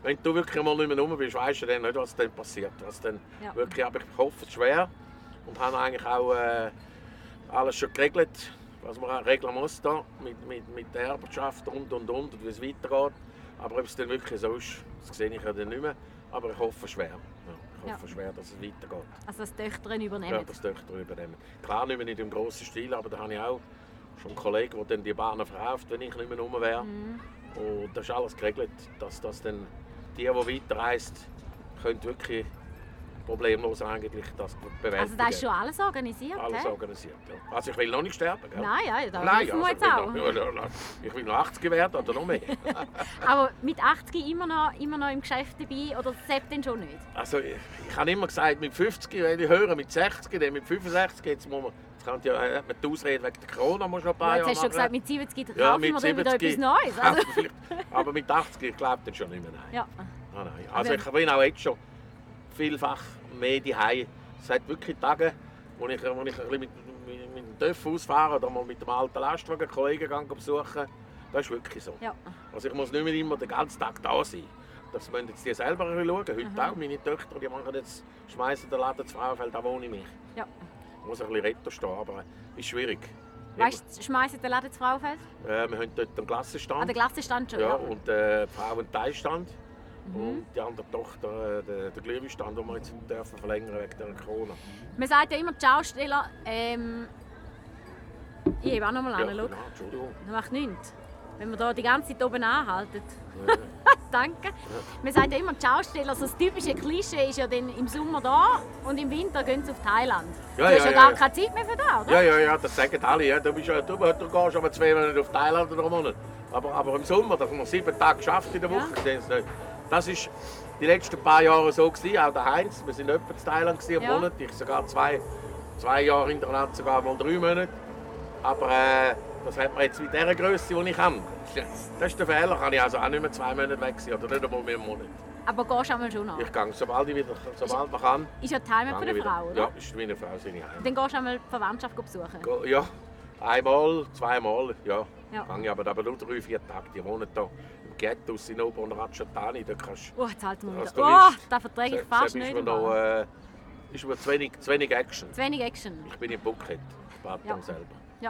wenn du wirklich mal nicht mehr rum bist, weißt du dann nicht, was dann passiert. Was dann Ja. wirklich, aber ich hoffe es schwer und habe eigentlich auch äh, alles schon geregelt, was man auch regeln muss da, mit, mit, mit der Erbschaft und und und und wie es weitergeht. Aber ob es dann wirklich so ist, das sehe ich ja dann nicht mehr. Aber ich hoffe schwer. Ja, ich hoffe Ja. schwer, dass es weitergeht. Also dass die Töchter übernehmen. Ja, dass die Töchter übernehmen. Klar nicht mehr in dem grossen Stil, aber da habe ich auch schon einen Kollegen, der dann die Bahnen verkauft, wenn ich nicht mehr rum wäre. Mhm. Und das ist alles geregelt, dass das dann die, die weiterreist, können wirklich problemlos eigentlich das bewältigen. Also da ist schon alles organisiert, Alles hä? organisiert, ja. Also ich will noch nicht sterben, gell? Nein, ja, da Nein, hoffen wir also jetzt ich, auch. will noch, ja, ja, ich will noch achtzig werden oder noch mehr. Aber mit achtzig immer noch, immer noch im Geschäft dabei oder selbst denn schon nicht? Also ich, ich habe immer gesagt, mit fünfzig, wenn ich höre, mit sechzig, dann mit fünfundsechzig, jetzt muss man, jetzt kann ja, hat man die Ausrede wegen der Corona, muss noch ein paar Ja, jetzt Jahre hast du schon machen. gesagt, mit siebzig Ja, kaufen mit wir dann wieder siebzig. etwas Neues. Also, Aber vielleicht- Aber mit achtzig, ich glaube dann schon nicht mehr, nein. ja. Ah, nein. Also Aber- ich bin auch jetzt schon vielfach mehr daheim. Es hat wirklich Tage, wo ich, wo ich ein bisschen mit, mit, mit dem Töff ausfahre oder mal mit dem alten Lastwagen Kollegen gehe besuchen. Das ist wirklich so. Ja. Also ich muss nicht mehr immer den ganzen Tag da sein. Das müssen jetzt die selber ein bisschen schauen. Heute Aha. auch. Meine Töchter die machen jetzt, schmeißen den Laden zu Frauenfeld, da wohne ich mich. Ja. Ich muss ein bisschen retten stehen, aber es ist schwierig. Weißt du, schmeißen den Laden zu Frauenfeld? Äh, wir haben dort einen Klassenstand. Ah, der Klassenstand schon, Ja, ja. und äh, die Frau einen Teilstand. Mhm. Und die andere Tochter, äh, der, der Glühweinstand, den wir jetzt dürfen verlängern wegen der Corona. Man sagt ja immer, die Schauspieler, ähm, ich hebe auch noch mal Ja, an, schau. genau, Entschuldigung. Das macht nichts. Wenn wir da die ganze Zeit oben anhalten. Ja. Danke. Man sagt ja immer, die Schauspieler, also das typische Klischee ist ja dann im Sommer da und im Winter gehen sie auf Thailand. Ja, du hast ja, ja gar ja. keine Zeit mehr für das, oder? Ja, ja, ja, das sagen alle. Ja. Du, bist, ja- du, du gehst aber zwei Monate auf Thailand oder einen Monat. Aber, aber im Sommer, dass man sieben Tage schafft in der Woche, Ja. sehen sie nicht. Das war die letzten paar Jahre so gewesen, auch der Heinz. Wir sind etwa in Thailand gewesen, einen Ja. Monat. Ich sogar zwei, zwei Jahre hintereinander, sogar mal drei Monate. Aber äh, das hat man jetzt mit dieser Größe, die ich habe. Das ist der Fehler, kann ich also auch nicht mehr zwei Monate weg sein oder nicht einmal mehr einen Monat. Aber gehst du einmal schon nach. Ich gehe, sobald ich wieder, sobald man kann, Ist ja die Heimat gehe von ich der wieder. Frau, oder? Ja, ist wie eine Frau, seine Heimat. Dann gehst du einmal die Verwandtschaft besuchen. Go- Ja, einmal, zweimal, ja. Ja. Gehe ich, aber, aber nur drei, vier Tage. Die wohnen hier im Ghetto in Ober- und Ratschatani. Da kannst Oh, jetzt halten wir Als wieder. Tourist. Oh, das verträge ich se- fast se- nicht. ist mir im noch, Fall. äh, ist mir zu wenig, zu wenig Action. Zu wenig Action. Ich bin in Phuket, Baton Ja. selber. Ja.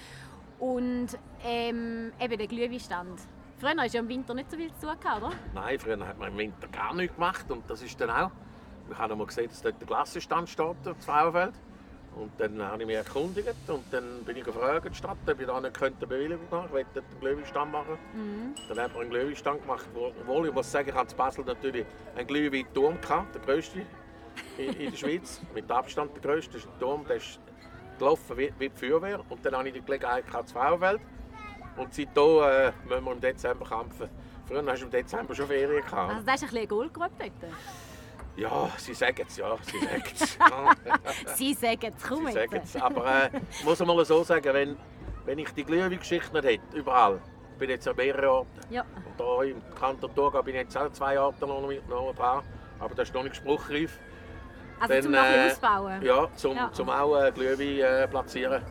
Und ähm, eben der Glühweinstand. Früher hast du ja im Winter nicht so viel zu tun gehabt, oder? Nein, früher hat man im Winter gar nichts gemacht und das ist dann auch. Ich habe mal gesehen, dass dort der Klassenstand steht, das Frauenfeld. Und dann habe ich mich erkundigt und dann bin ich gefragt, die Stadt, ob ich da nicht könnte eine Bewilligung machen könnte. Ich wollte dort einen Glühweinstand machen. Mhm. Dann haben wir einen Glühweinstand gemacht. Obwohl, ich muss sagen, ich hatte in Basel natürlich einen Glühweinturm gehabt, der grösste in, in der Schweiz. Mit Abstand der grösste. Das ist ein Turm, der ist gelaufen wie, wie die Feuerwehr. Und dann hatte ich die Gelegenheit zu Frauenfeld. Und seitdem äh, müssen wir im Dezember kämpfen. Früher hast du im Dezember schon Ferien gehabt. Also das ist ein bisschen Goldgrube dort. Ja, sie sagen es, ja, sie sagen es. Sie sagen es, komm Sie jetzt. sagen es. Aber äh, ich muss mal so sagen, wenn, wenn ich die Glühwein-Geschichte nicht hätte, überall, ich bin jetzt an mehreren Orten. Ja. Und hier im Kanton Thurgau bin ich jetzt auch zwei Orte noch, mit, noch dran, aber das ist noch nicht spruchreif. Also Dann, zum noch ein bisschen äh, ausbauen. Ja, zum, Ja. zum auch äh, Glühwein äh, platzieren.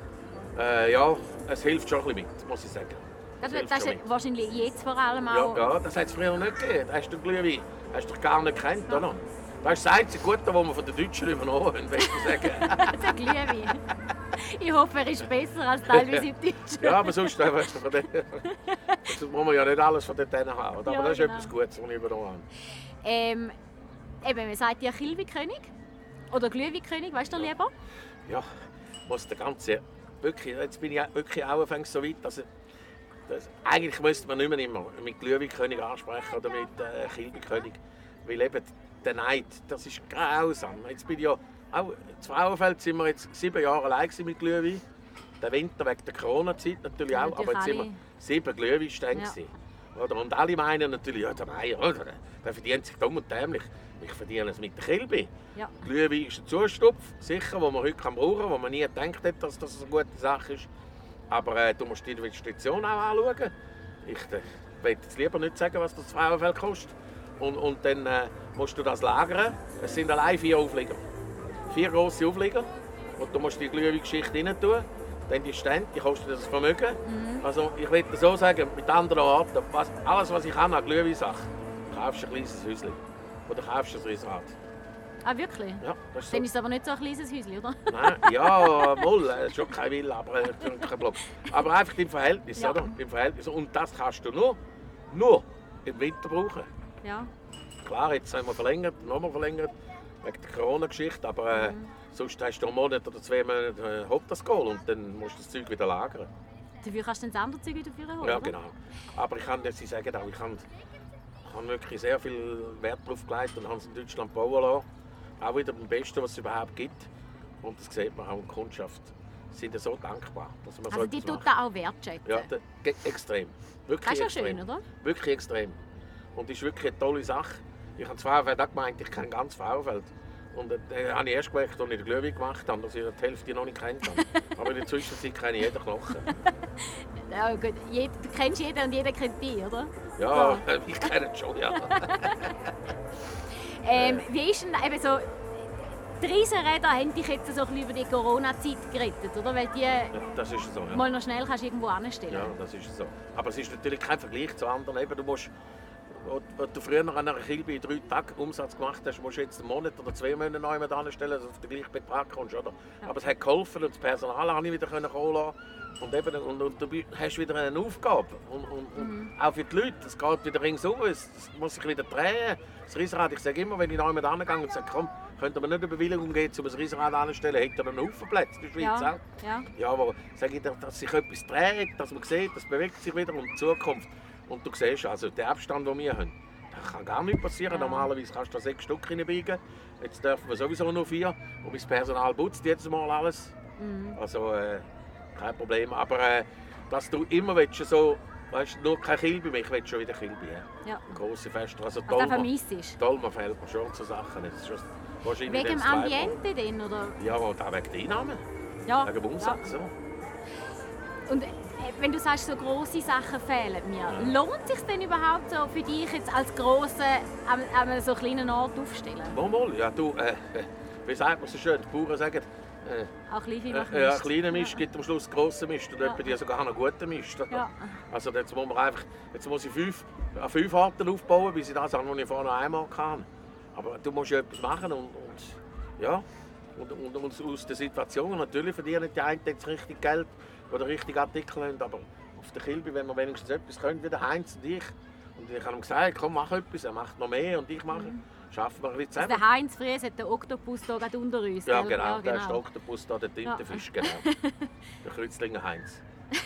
Äh, ja, es hilft schon ein bisschen mit, muss ich sagen. Das, Es hilft das schon ist mit. wahrscheinlich jetzt vor allem Ja, auch. ja, das hat es früher nicht gegeben. Da hast du den Glühwein hast du doch gar nicht gekannt, oder? Das ist das einzige Gute, was wir von den Deutschen übernommen haben, würde ich sagen. Der Glühwein. Ich hoffe, er ist besser als teilweise im Deutschen. Ja, aber sonst äh, weißt du, von den, das muss man ja nicht alles von dort haben. Oder? Ja, Aber das ist genau. etwas Gutes, was ich übernommen habe. Ähm, eben, man sagt ja Kilby-König. Oder Glühweinkönig, weißt du Ja. lieber? Ja, muss der ganze wirklich, jetzt bin ich wirklich auch anfangs so weit, dass, dass eigentlich müsste man nicht mehr immer mit Glühweinkönig ansprechen oder mit äh, Kilby-König, weil eben der Neid, das ist grausam. Jetzt bin ich ja auch in Frauenfeld sind wir jetzt sieben Jahre allein mit Glühwein. Der Winter wegen der Corona-Zeit natürlich Ja, auch, natürlich aber jetzt sind alle. wir sieben Glühweinstände Ja. gewesen. Oder? Und alle meinen natürlich, ja, der Meier, oder? Der verdient sich dumm und dämlich. Ich verdiene es mit der Kilby. Ja. Glühwein ist ein Zustupf, sicher, den man heute kann brauchen kann, wo man nie gedacht hat, dass das eine gute Sache ist. Aber äh, du musst die Investition auch anschauen. Ich äh, will jetzt lieber nicht sagen, was das Frauenfeld kostet. Und, und dann äh, musst du das lagern. Es sind allein vier Auflieger. Vier grosse Auflieger. Und du musst die Glühwein-Geschichte rein tun. Dann die Stände, die kosten das Vermögen. Mhm. Also ich will so sagen, mit anderen Worten, was, alles was ich kann an Glühwein-Sachen, kaufst du ein kleines Häuschen. Oder kaufst du ein Riesenrad. Ah, wirklich? Ja, das ist so. Dann ist es aber nicht so ein kleines Häuschen, oder? Nein, ja, wohl, äh, schon kein Villa, aber äh, kein Block. Aber einfach im Verhältnis, Ja. oder? Im Verhältnis. Und das kannst du nur, nur im Winter brauchen. Ja. Klar, jetzt haben wir verlängert, nochmal verlängert, wegen der Corona-Geschichte, aber äh, Mhm. sonst hast du einen Monat oder zwei Monate äh, Hauptgaskohl und dann musst du das Zeug wieder lagern. Dafür kannst du dann das andere Zeug wieder führen, Ja, oder? genau. Aber ich kann dir sie sagen, auch, ich habe ich habe wirklich sehr viel Wert darauf gelegt und habe es in Deutschland bauen lassen. Auch wieder beim Besten, was es überhaupt gibt. Und das sieht man auch in der Kundschaft. Sie sind so dankbar, dass man so Also die etwas tut macht. da auch wertschätzen. Ja, de, ge- extrem. Wirklich Das ist ja extrem. schön, oder? Wirklich extrem. Und das ist wirklich eine tolle Sache. Ich habe zwar auch gemeint, ich kenne ganz Frauenfeld. Und dann habe ich erst gemerkt, als ich den Glühwein gemacht habe, dass ich die Hälfte noch nicht kennt habe. Aber in der Zwischenzeit kenne ich jeden Knochen. Ja, gut. Jed, du kennst jeden und jeder kennt dich, oder? Ja, ich kenne es schon, ja. Ähm, wie ist denn eben so... Die Riesenräder haben dich jetzt so ein bisschen über die Corona-Zeit gerettet, oder? Weil die Ja, das ist so, ja. mal noch schnell kannst du irgendwo anstellen. Ja, das ist so. Aber es ist natürlich kein Vergleich zu anderen. Eben, du musst, wo, wo du früher an einer Kilbe in drei Tagen Umsatz gemacht hast, musst du jetzt einen Monat oder zwei Monate neu anstellen, dass du auf den gleichen Betrag kommst. Oder? Ja. Aber es hat geholfen und das Personal habe ich wieder kommen lassen. Und, eben, und, und du hast wieder eine Aufgabe. Und, und, Mhm. und auch für die Leute, es geht wieder ringsum, es, es muss sich wieder drehen. Das Riesenrad, ich sage immer, wenn ich neu angehe und sage, komm, könnt ihr mir nicht eine Bewilligung geben, um ein Riesenrad anzustellen, hätte er einen Haufen Plätze in der Schweiz Ja, auch. ja. Ja, aber sage ich dir, dass sich etwas dreht, dass man sieht, das bewegt sich wieder und die Zukunft. Und du siehst, also der Abstand, den wir haben, da kann gar nichts passieren. Ja. Normalerweise kannst du da sechs Stück reinbiegen. Jetzt dürfen wir sowieso nur vier. Und mein Personal putzt jedes Mal alles. Mhm. Also äh, kein Problem. Aber äh, dass du immer willst, so, weißt, nur kein Kilbe mehr, ich will schon wieder Kilbe. Ja. Ja. Grosse Feste. Also Was toll, du vermisst ist. toll, man fällt mir schon so Sachen. Das ist schon, wahrscheinlich Wegen dem dann zweimal. Ambiente denn, oder? Ja, und auch wegen der Einnahmen. Ja. Wegen dem Umsatz. Ja. Und äh, wenn du sagst, so grosse Sachen fehlen mir, Ja. lohnt es sich denn überhaupt so für dich jetzt als Grosse an, an einem so kleinen Ort aufstellen? Mal, mal. Ja, du, äh, wie sagt man so schön, die Bauern sagen, äh, Auch kleine äh, nach äh, ein Mist. kleiner Mist gibt am Schluss grossen Mist und Ja. ja. sogar einen guten Mist. Ja. Also jetzt muss, man einfach, jetzt muss ich fünf, an fünf Arten aufbauen, bis ich das habe, was ich vorher einmal kann. Aber du musst ja etwas machen und, und ja. Und, und, und aus der Situation, natürlich verdienen die einen jetzt richtig Geld oder richtig Artikel haben, aber auf der Kilbe, wenn wir wenigstens etwas können, wie der Heinz und ich. Und ich habe ihm gesagt, komm, mach etwas, er macht noch mehr und ich mache. Mhm. Schaffen wir ein bisschen Also zusammen. der Heinz Fries hat den Oktopus hier gerade unter uns. Ja, gell? genau, der ist der Oktopus da, der Tintenfisch, genau. Der Kreuzlinger Heinz.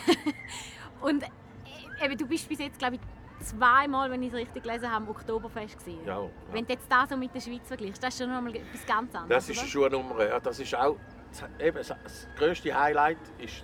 Und äh, eben, du bist bis jetzt, glaube ich, zweimal, wenn ich es richtig gelesen habe, am Oktoberfest gewesen. Ja, ja. Wenn du jetzt das so mit der Schweiz vergleichst, das ist schon noch mal etwas ganz anderes, Das ist oder? eine Schuhnummer. Ja, das ist auch das, eben, das grösste Highlight ist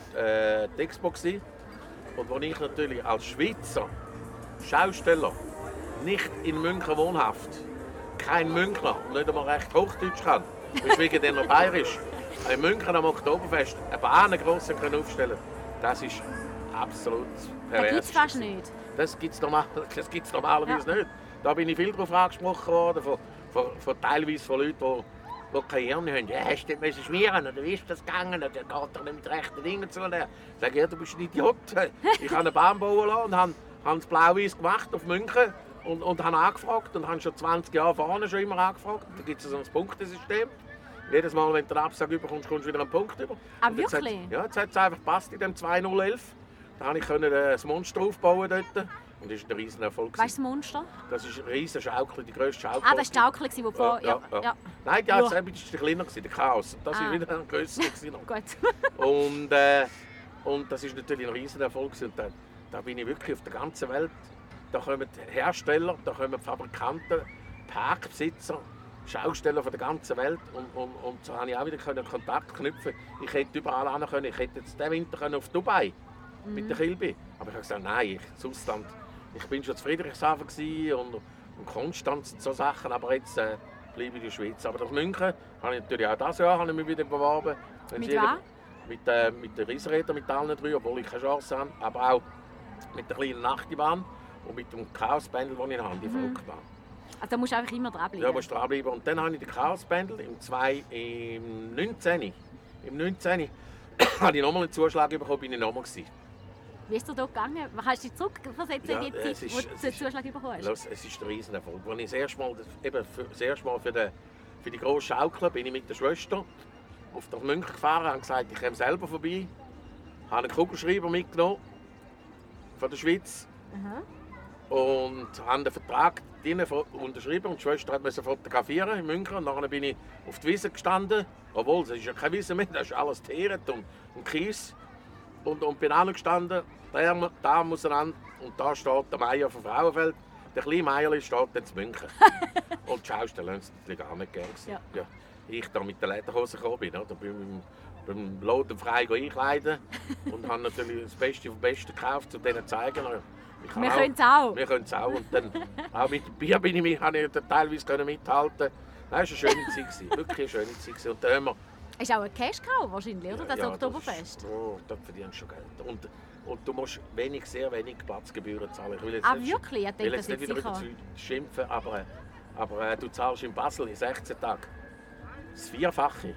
äh, die Expo gewesen. Und wo ich natürlich als Schweizer Schausteller nicht in München wohnhaft, kein Münchner und nicht einmal recht Hochdeutsch kann, weswegen der noch bayerisch, in München am Oktoberfest eine Bahn gross aufstellen können, das ist absolut Das pervers. gibt es fast nicht. Das gibt es normal, normalerweise Ja. nicht. Da bin ich viel darauf angesprochen worden, von, von, von teilweise von Leuten, die, die kein Hirn haben. Ja, hast du nicht müssen schmieren oder wie ist das gegangen? Oder geht doch nicht mit rechten Dingen zu. Ich sage, ja, du bist ein Idiot. Ich habe eine Bahn bauen lassen und habe, habe das Blau-Weiß gemacht auf München und, und habe angefragt und habe schon zwanzig Jahre vorne schon immer angefragt. Da gibt es so ein Punktesystem. Jedes Mal, wenn du einen Absag bekommst, kommst du wieder einen Punkt über. Ah, Und jetzt hat- wirklich? Ja, jetzt hat es einfach gepasst in dem zwei null elf. Da konnte ich das Monster aufbauen dort. Und das war ein riesen Erfolg. Weißt du das Monster? Das ist eine riesige Schaukel, die grösste Schaukel. Ah, das war die Schaukel, die vor... Ja, ja, ja. Nein, die Ja. war ein bisschen kleiner, gewesen, der Chaos. Das war Ah. wieder ein grösser. gewesen noch. Gut. Und, äh, und das ist natürlich ein riesen Erfolg. gewesen. Und da, da bin ich wirklich auf der ganzen Welt. Da kommen Hersteller, da kommen Fabrikanten, Parkbesitzer, Schausteller von der ganzen Welt. Und, und, und so konnte ich auch wieder können Kontakt knüpfen. Ich hätte überall hin können. Ich hätte jetzt diesen Winter können auf Dubai mit der Kilbe. Aber ich habe gesagt, nein, ich, das Ausland. Ich bin schon zu Friedrichshafen gewesen und, und Konstanz und so Sachen, aber jetzt äh, bleibe ich in der Schweiz. Aber das München habe ich natürlich auch dieses Jahr habe ich mich wieder beworben. Wenn Mit Sie- wem? Mit, äh, mit den Riesenrädern, mit allen drei, obwohl ich keine Chance habe. Aber auch mit der kleinen Nachtbahn und mit dem Chaos-Pendel, das ich habe, die Verrücktbahn. Also da musst du einfach immer dranbleiben. Ja, musst dranbleiben. Und dann habe ich den Chaos-Pendel im, zwei, im neunzehn. Im neunzehn habe ich nochmal einen Zuschlag bekommen, bin ich nochmal gewesen. Wie ist es dir dort gegangen? Hast du dich zurückversetzt Ja, in die Zeit, wo du den Zuschlag bekommen hast? Los, es ist ein Riesenerfolg. Als ich das erste Mal, eben für, das erste Mal für, den, für die grosse Schaukel bin ich mit der Schwester auf nach München gefahren, habe gesagt, ich komme selber vorbei. Habe einen Kugelschreiber mitgenommen von der Schweiz. Aha. Und habe den Vertrag drinnen unterschrieben. Und die Schwester musste fotografieren in München. Und dann bin ich auf die Wiese gestanden. Obwohl, es ist ja keine Wiese mehr, das ist alles Teeret und, und Kies. Und, und bin angestanden, da, da muss er an. Und da steht der Meier von Frauenfeld. Der kleine Meierli steht jetzt in München. Und die Schausteller haben es natürlich gar nicht gern gesehen. Ja. Ja. Ich da mit der Lederhose gekommen bin, oder? Beim, beim Loden frei einkleiden. Und habe natürlich das Beste vom Besten gekauft, um denen zu zeigen. Ich Wir können es auch. Wir können es auch. Und dann, auch mit dem Bier bin ich mich, habe ich teilweise mithalten. Das war eine schöne Zeit, wirklich eine schöne Zeit. Und dann haben wir, ist auch ein Cash-Cow wahrscheinlich, oder? Das ja, Oktoberfest. Das ist, oh, dort verdienst du schon Geld. Und, und du musst wenig, sehr wenig Platzgebühren zahlen. Ich will jetzt Ah, nicht, wirklich? Ich will denke, jetzt das nicht ist wieder sicher. über die schimpfen, aber, aber äh, du zahlst in Basel in sechzehn Tagen das Vierfache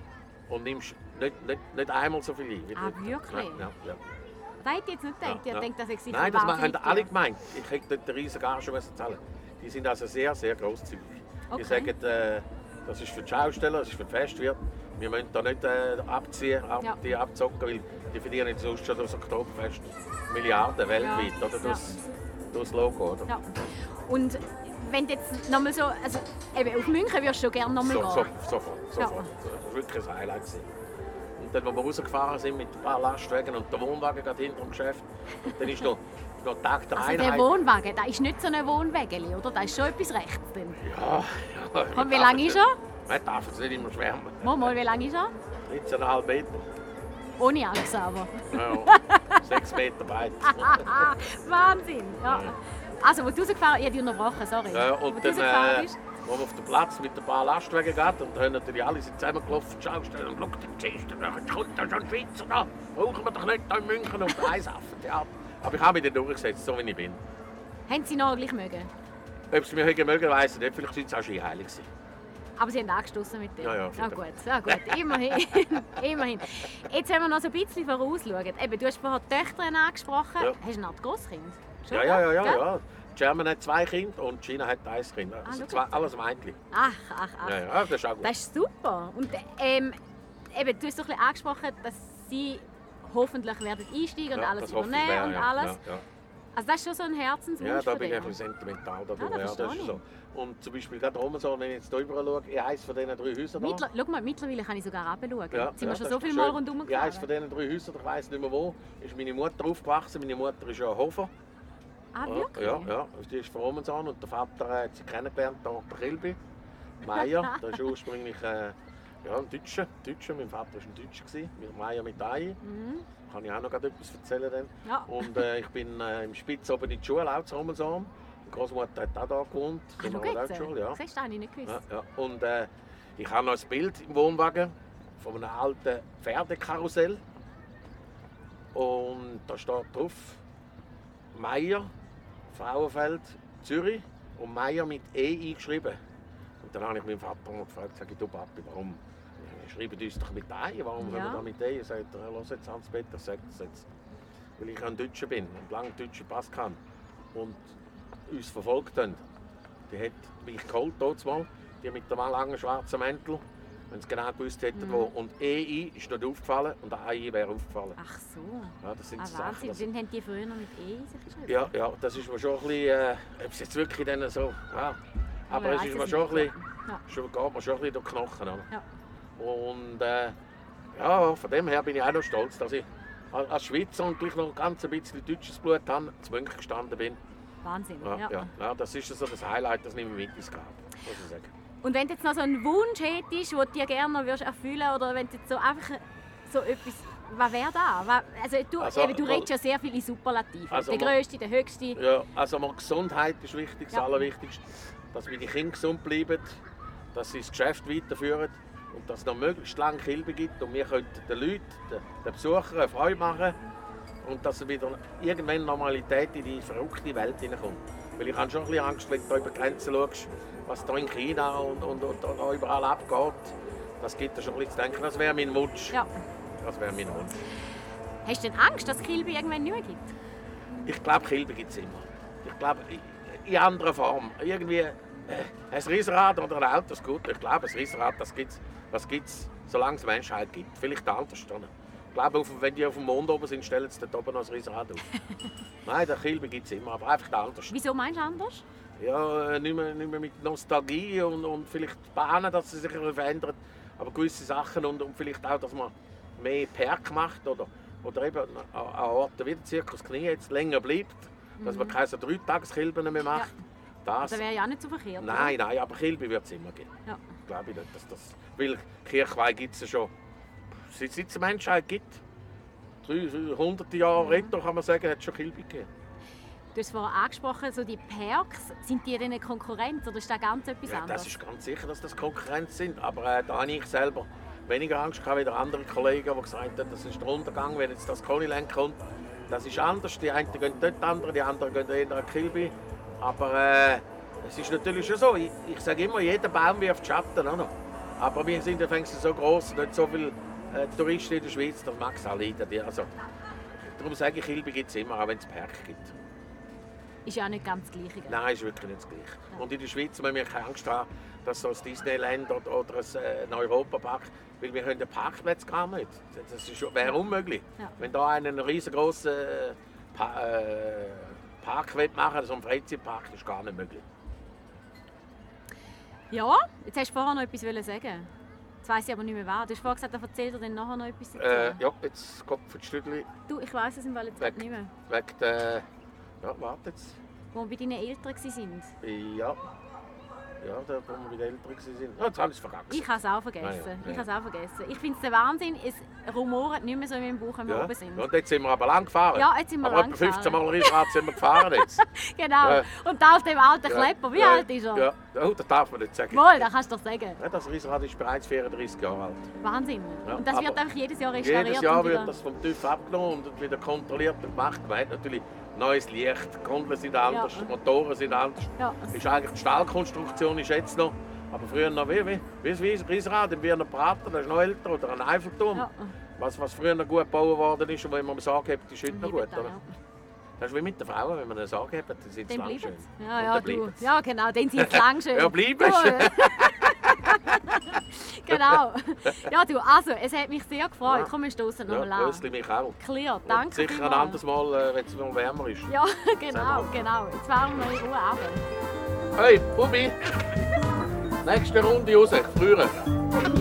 und nimmst nicht, nicht, nicht einmal so viel ein. Ah, wirklich? Ja, ja. Das hätte ich jetzt nicht gedacht. Ja, Ich ja. denke, das ist Nein, das haben wahnsinnig alle teuer. gemeint. Ich hätte dort den riesen Gage schon zahlen. Die sind also sehr, sehr grosszügig. Okay. Die sagen, äh, das ist für die Schausteller, das ist für die Festwirte. Wir müssen da nicht äh, abziehen, ab, Ja. die abzocken, weil die verdienen sonst schon das Oktoberfest Milliarden weltweit, Ja. oder? Durch, durch das Logo, oder? Ja. Und wenn du jetzt nochmal so, also eben auf München würdest du schon gerne nochmal So, gehen. so, sofort, sofort. Das war wirklich ein Highlight. gewesen. Und dann, als wir rausgefahren sind mit ein paar Lastwagen und der Wohnwagen gerade hinter dem Geschäft, dann ist noch, noch Tag der Also Einheit. der Wohnwagen, das ist nicht so ein Wohnwagen, oder? Da ist schon etwas rechts drin. Ja, ja. Und wie lang ist er? Man darf jetzt nicht immer schwärmen. Mal, mal, wie lang ist er? dreizehn Komma fünf Meter. Ohne Angst aber. Ja, sechs Meter breit. Ah, Wahnsinn! Ja. Also, wo du rausgefahren bist, ich habe dich unterbrochen, sorry. Ja, wo und du dann, rausgefahren äh, bist, wo wir auf den Platz mit ein paar Lastwagen gehen, und da haben natürlich alle sind zusammengelaufen, die Schausteller, und schaut, siehst du, jetzt kommt da schon ein Schweizer da, brauchen wir doch nicht hier in München und eins Affentheater. Aber ich habe mich dann durchgesetzt, so wie ich bin. haben sie noch gleich mögen. Ob sie mich mögen, weiss ich nicht, vielleicht sind sie auch skiheilig gewesen. Aber sie haben angestoßen mit dir. Ja, ja, ja, gut, ja gut, immerhin. immerhin. Jetzt, wenn wir noch so ein bisschen vorausschauen. Eben, du hast vorhin die Töchter angesprochen. Ja. Hast du eine Art Grosskind? Schon, Ja, ja, ja, ja, gell? ja. German hat zwei Kinder und China hat ein Kind. Also schau zwei, jetzt. alles Mädchen. Ach, ach, ach. Ja, ja, das ist auch gut. Das ist super. Und ähm, eben, du hast doch ein bisschen angesprochen, dass sie hoffentlich werden einsteigen und Ja, alles das hoffe ich übernehmen sehr, und ja, alles. Ja, ja. Also das ist schon so ein Herzenswunsch Ja, da von bin ich dir. ein bisschen sentimental dadurch. Ah, das ja, das verstehe ist ich. so. Und zum Beispiel gerade oben so, wenn ich jetzt hier rüber schaue, in eines von diesen drei Häusern da. Mittler, schau mal, mittlerweile kann ich sogar runterschauen. Ja, Sind wir ja, schon das so ist viel schön. Mal rundherum In eines gefahren? von diesen drei Häusern, ich weiss nicht mehr wo, ist meine Mutter aufgewachsen. Meine Mutter ist ja Hofer. Ah, wirklich? Ja, ja, die ist von Romansan und der Vater äh, hat sie kennengelernt, der der Kilby, Meier. Der ist ursprünglich äh, ja, ein Deutscher. Deutscher. Mein Vater war ein Deutscher, gewesen, mit Meier mit Ei. Mhm. Kann ich auch noch gerade etwas erzählen. Dann. Ja. Und äh, ich bin äh, im Spitz oben in die Schule, auch zu Romansan. Die Großmutter hat auch da gewohnt. Ah, in schau einer jetzt. Weltschule, ja. Siehst du, das habe ich nicht gewusst. Ja, ja. Und äh, ich habe noch ein Bild im Wohnwagen von einem alten Pferdekarussell. Und da steht drauf Meier, Frauenfeld, Zürich und Meier mit E eingeschrieben. Und dann habe ich meinen Vater noch gefragt, sage ich, du Papi, warum schreiben uns doch mit E? Warum Ja. ja. wir da mit E? Er sagt, los jetzt Hans-Peter, sagt das jetzt. Weil ich ein Deutscher bin und lange deutschen Pass kann. Und uns verfolgt haben. Die hat mich geholt, dort mal, die mit dem langen schwarzen Mäntel, wenn sie genau gewusst hätten, Mhm. wo. Und E I ist nicht aufgefallen und A I wäre aufgefallen. Ach so. Ja, das sind Ah, so Sachen. Wahnsinn. Das, Dann haben die früher noch mit E sich geschrieben. ja, ja, das ist mir schon ein bisschen, äh, ob es jetzt wirklich dann so, ja. Aber Man es weiss ist es mir schon ein nicht. bisschen, Ja. schon, geht mir schon ein bisschen durch die Knochen. Oder? Ja. Und äh, ja, von dem her bin ich auch noch stolz, dass ich als Schweizer und gleich noch ganz ein bisschen deutsches Blut habe, zu München gestanden bin. Wahnsinn. Ja, Ja. ja. Ja, das ist so das Highlight, das nehme ich mit ins Grab, muss ich sagen. Und wenn du jetzt noch so einen Wunsch hättest, den du dir gerne noch würdest erfüllen würdest, oder wenn du jetzt so einfach so etwas, was wäre da? Was, also du, Also, eben, du mal- redest ja sehr viele Superlative. Also der mal- Größte, der Höchste. Ja, also mal Gesundheit ist wichtig, das Ja. Allerwichtigste. Dass meine Kinder gesund bleiben, dass sie das Geschäft weiterführen und dass es noch möglichst lange Kilbe gibt und wir können den Leuten, den, den Besuchern eine Freude machen und dass wieder irgendwann Normalität in die verrückte Welt hineinkommt. Weil ich habe schon ein bisschen Angst, wenn du über die Grenzen schaust, was da in China und, und, und, und überall abgeht. Das gibt dir schon ein bisschen zu denken. Das wäre mein Wunsch. Ja. Das wäre mein Wunsch. Hast du denn Angst, dass es Kilby irgendwann nicht mehr gibt? Ich glaube, Kilby gibt es immer. Ich glaube, in anderer Form. Irgendwie äh, ein Riesenrad oder ein Auto ist gut. Ich glaube, ein Riesenrad, das gibt es, das gibt's, solange es Menschheit gibt. Vielleicht anders. Ich glaube, wenn die auf dem Mond oben sind, stellen sie dort oben noch ein Riesenrad auf. Nein, der Kilby gibt es immer, aber einfach anders. Wieso meinst du anders? Ja, nicht mehr, nicht mehr mit Nostalgie und, und vielleicht die Bahnen, dass sie sich verändern. Aber gewisse Sachen und, und vielleicht auch, dass man mehr Park macht oder, oder eben an Orten wie der Zirkus Knie jetzt länger bleibt. Mhm. Dass man keine so Dreitageskilben mehr macht. Ja. Das, das wäre ja auch nicht so verkehrt. Nein, oder? Nein, aber Kilby wird es immer geben. Ja. Glaube ich nicht, dass das... Weil Kirchweih gibt es ja schon, seit es die Menschheit gibt. Hunderte Jahre mhm. Retro, kann man sagen, hat es schon Kilby gegeben. Du hast vorhin angesprochen, so die Perks, sind die eine Konkurrenz oder ist das ganz etwas ja, anderes? Das ist ganz sicher, dass das Konkurrenz sind. Aber äh, da habe ich selber weniger Angst gehabt, wie andere Kollegen, die gesagt haben, das ist der Untergang, wenn jetzt das Koniland kommt. Das ist anders. Die einen gehen dort andere, die anderen gehen eher an Kilby. Aber äh, es ist natürlich schon so. Ich, ich sage immer, jeder Baum wirft Schatten. Oder? Aber wir sind ja so gross, nicht so viele äh, Touristen in der Schweiz, das mag es auch leiden. Also, darum sage ich, Kilby gibt es immer, auch wenn es Park gibt. Ist ja auch nicht ganz das Gleiche. Gell? Nein, ist wirklich nicht das Gleiche. Ja. Und in der Schweiz müssen wir keine Angst haben, dass so ein Disneyland oder, oder ein, ein Europapark, weil wir haben den Parkplatz gar nicht. Das wäre unmöglich. Ja. Wenn da einen riesengroßen pa äh, Park machen will, so ein Freizeitpark, das ist gar nicht möglich. Ja, jetzt hast du vorher noch etwas sagen. Jetzt weiss ich aber nicht mehr was. Du hast vorher gesagt, er erzählt dir dann nachher noch etwas dazu. Äh, ja, jetzt Kopf für die Stüdli. Du, ich weiss es im Fall jetzt weg, nicht mehr. Wegen der... Ja, warte jetzt. Wo wir bei deinen Eltern waren? Ja. Ja, da wo wir bei den Eltern waren. Oh, jetzt habe ich es vergessen. Ich habe es auch vergessen. Ah, ja. Ich, ja. auch vergessen. Ich finde es der Wahnsinn, es rumort nicht mehr so in meinem Bauch, wenn wir ja. oben sind. Und jetzt sind wir aber lang gefahren. Ja, jetzt sind wir aber lang gefahren. fünfzehn Mal Riesenrad sind wir gefahren jetzt. Genau. Ja. Und da auf dem alten ja. Klepper, wie ja. alt ist er? Ja, oh, das darf man nicht sagen. Wohl, das kannst du doch sagen. Ja, das Riesenrad ist bereits vierunddreißig Jahre alt. Wahnsinn. Ja. Und das wird einfach jedes Jahr restauriert? Jedes Jahr wird das vom TÜV abgenommen und wieder kontrolliert und gemacht. Man hat natürlich neues Licht, die Gondeln sind anders, ja. Motoren sind anders. Ja. Ist eigentlich die Stahlkonstruktion ist jetzt noch, aber früher noch wie, wie, wie ein Riesenrad im Wiener Prater, das ist noch älter, oder ein Eiffelturm. Ja. Was, was früher noch gut gebaut worden ist und wenn man einen Sarg hat, ist heute noch gut. Oder? Ja. Das ist wie mit den Frauen, wenn man einen Sarg hat, dann sind sie lang schön. Ja, ja, du. Ja, genau, dann sind sie lang schön. Ja, bleiben Genau. Ja, du, also, es hat mich sehr gefreut. Ja. Komm, wir stoßen noch ja, mal an. Ja, mich auch. Clear, danke und sicher ein anderes Mal, wenn es noch wärmer ist. Ja, genau, genau. Jetzt fahren wir in Ruhe runter. Hey, Bubi! Nächste Runde raus, früher.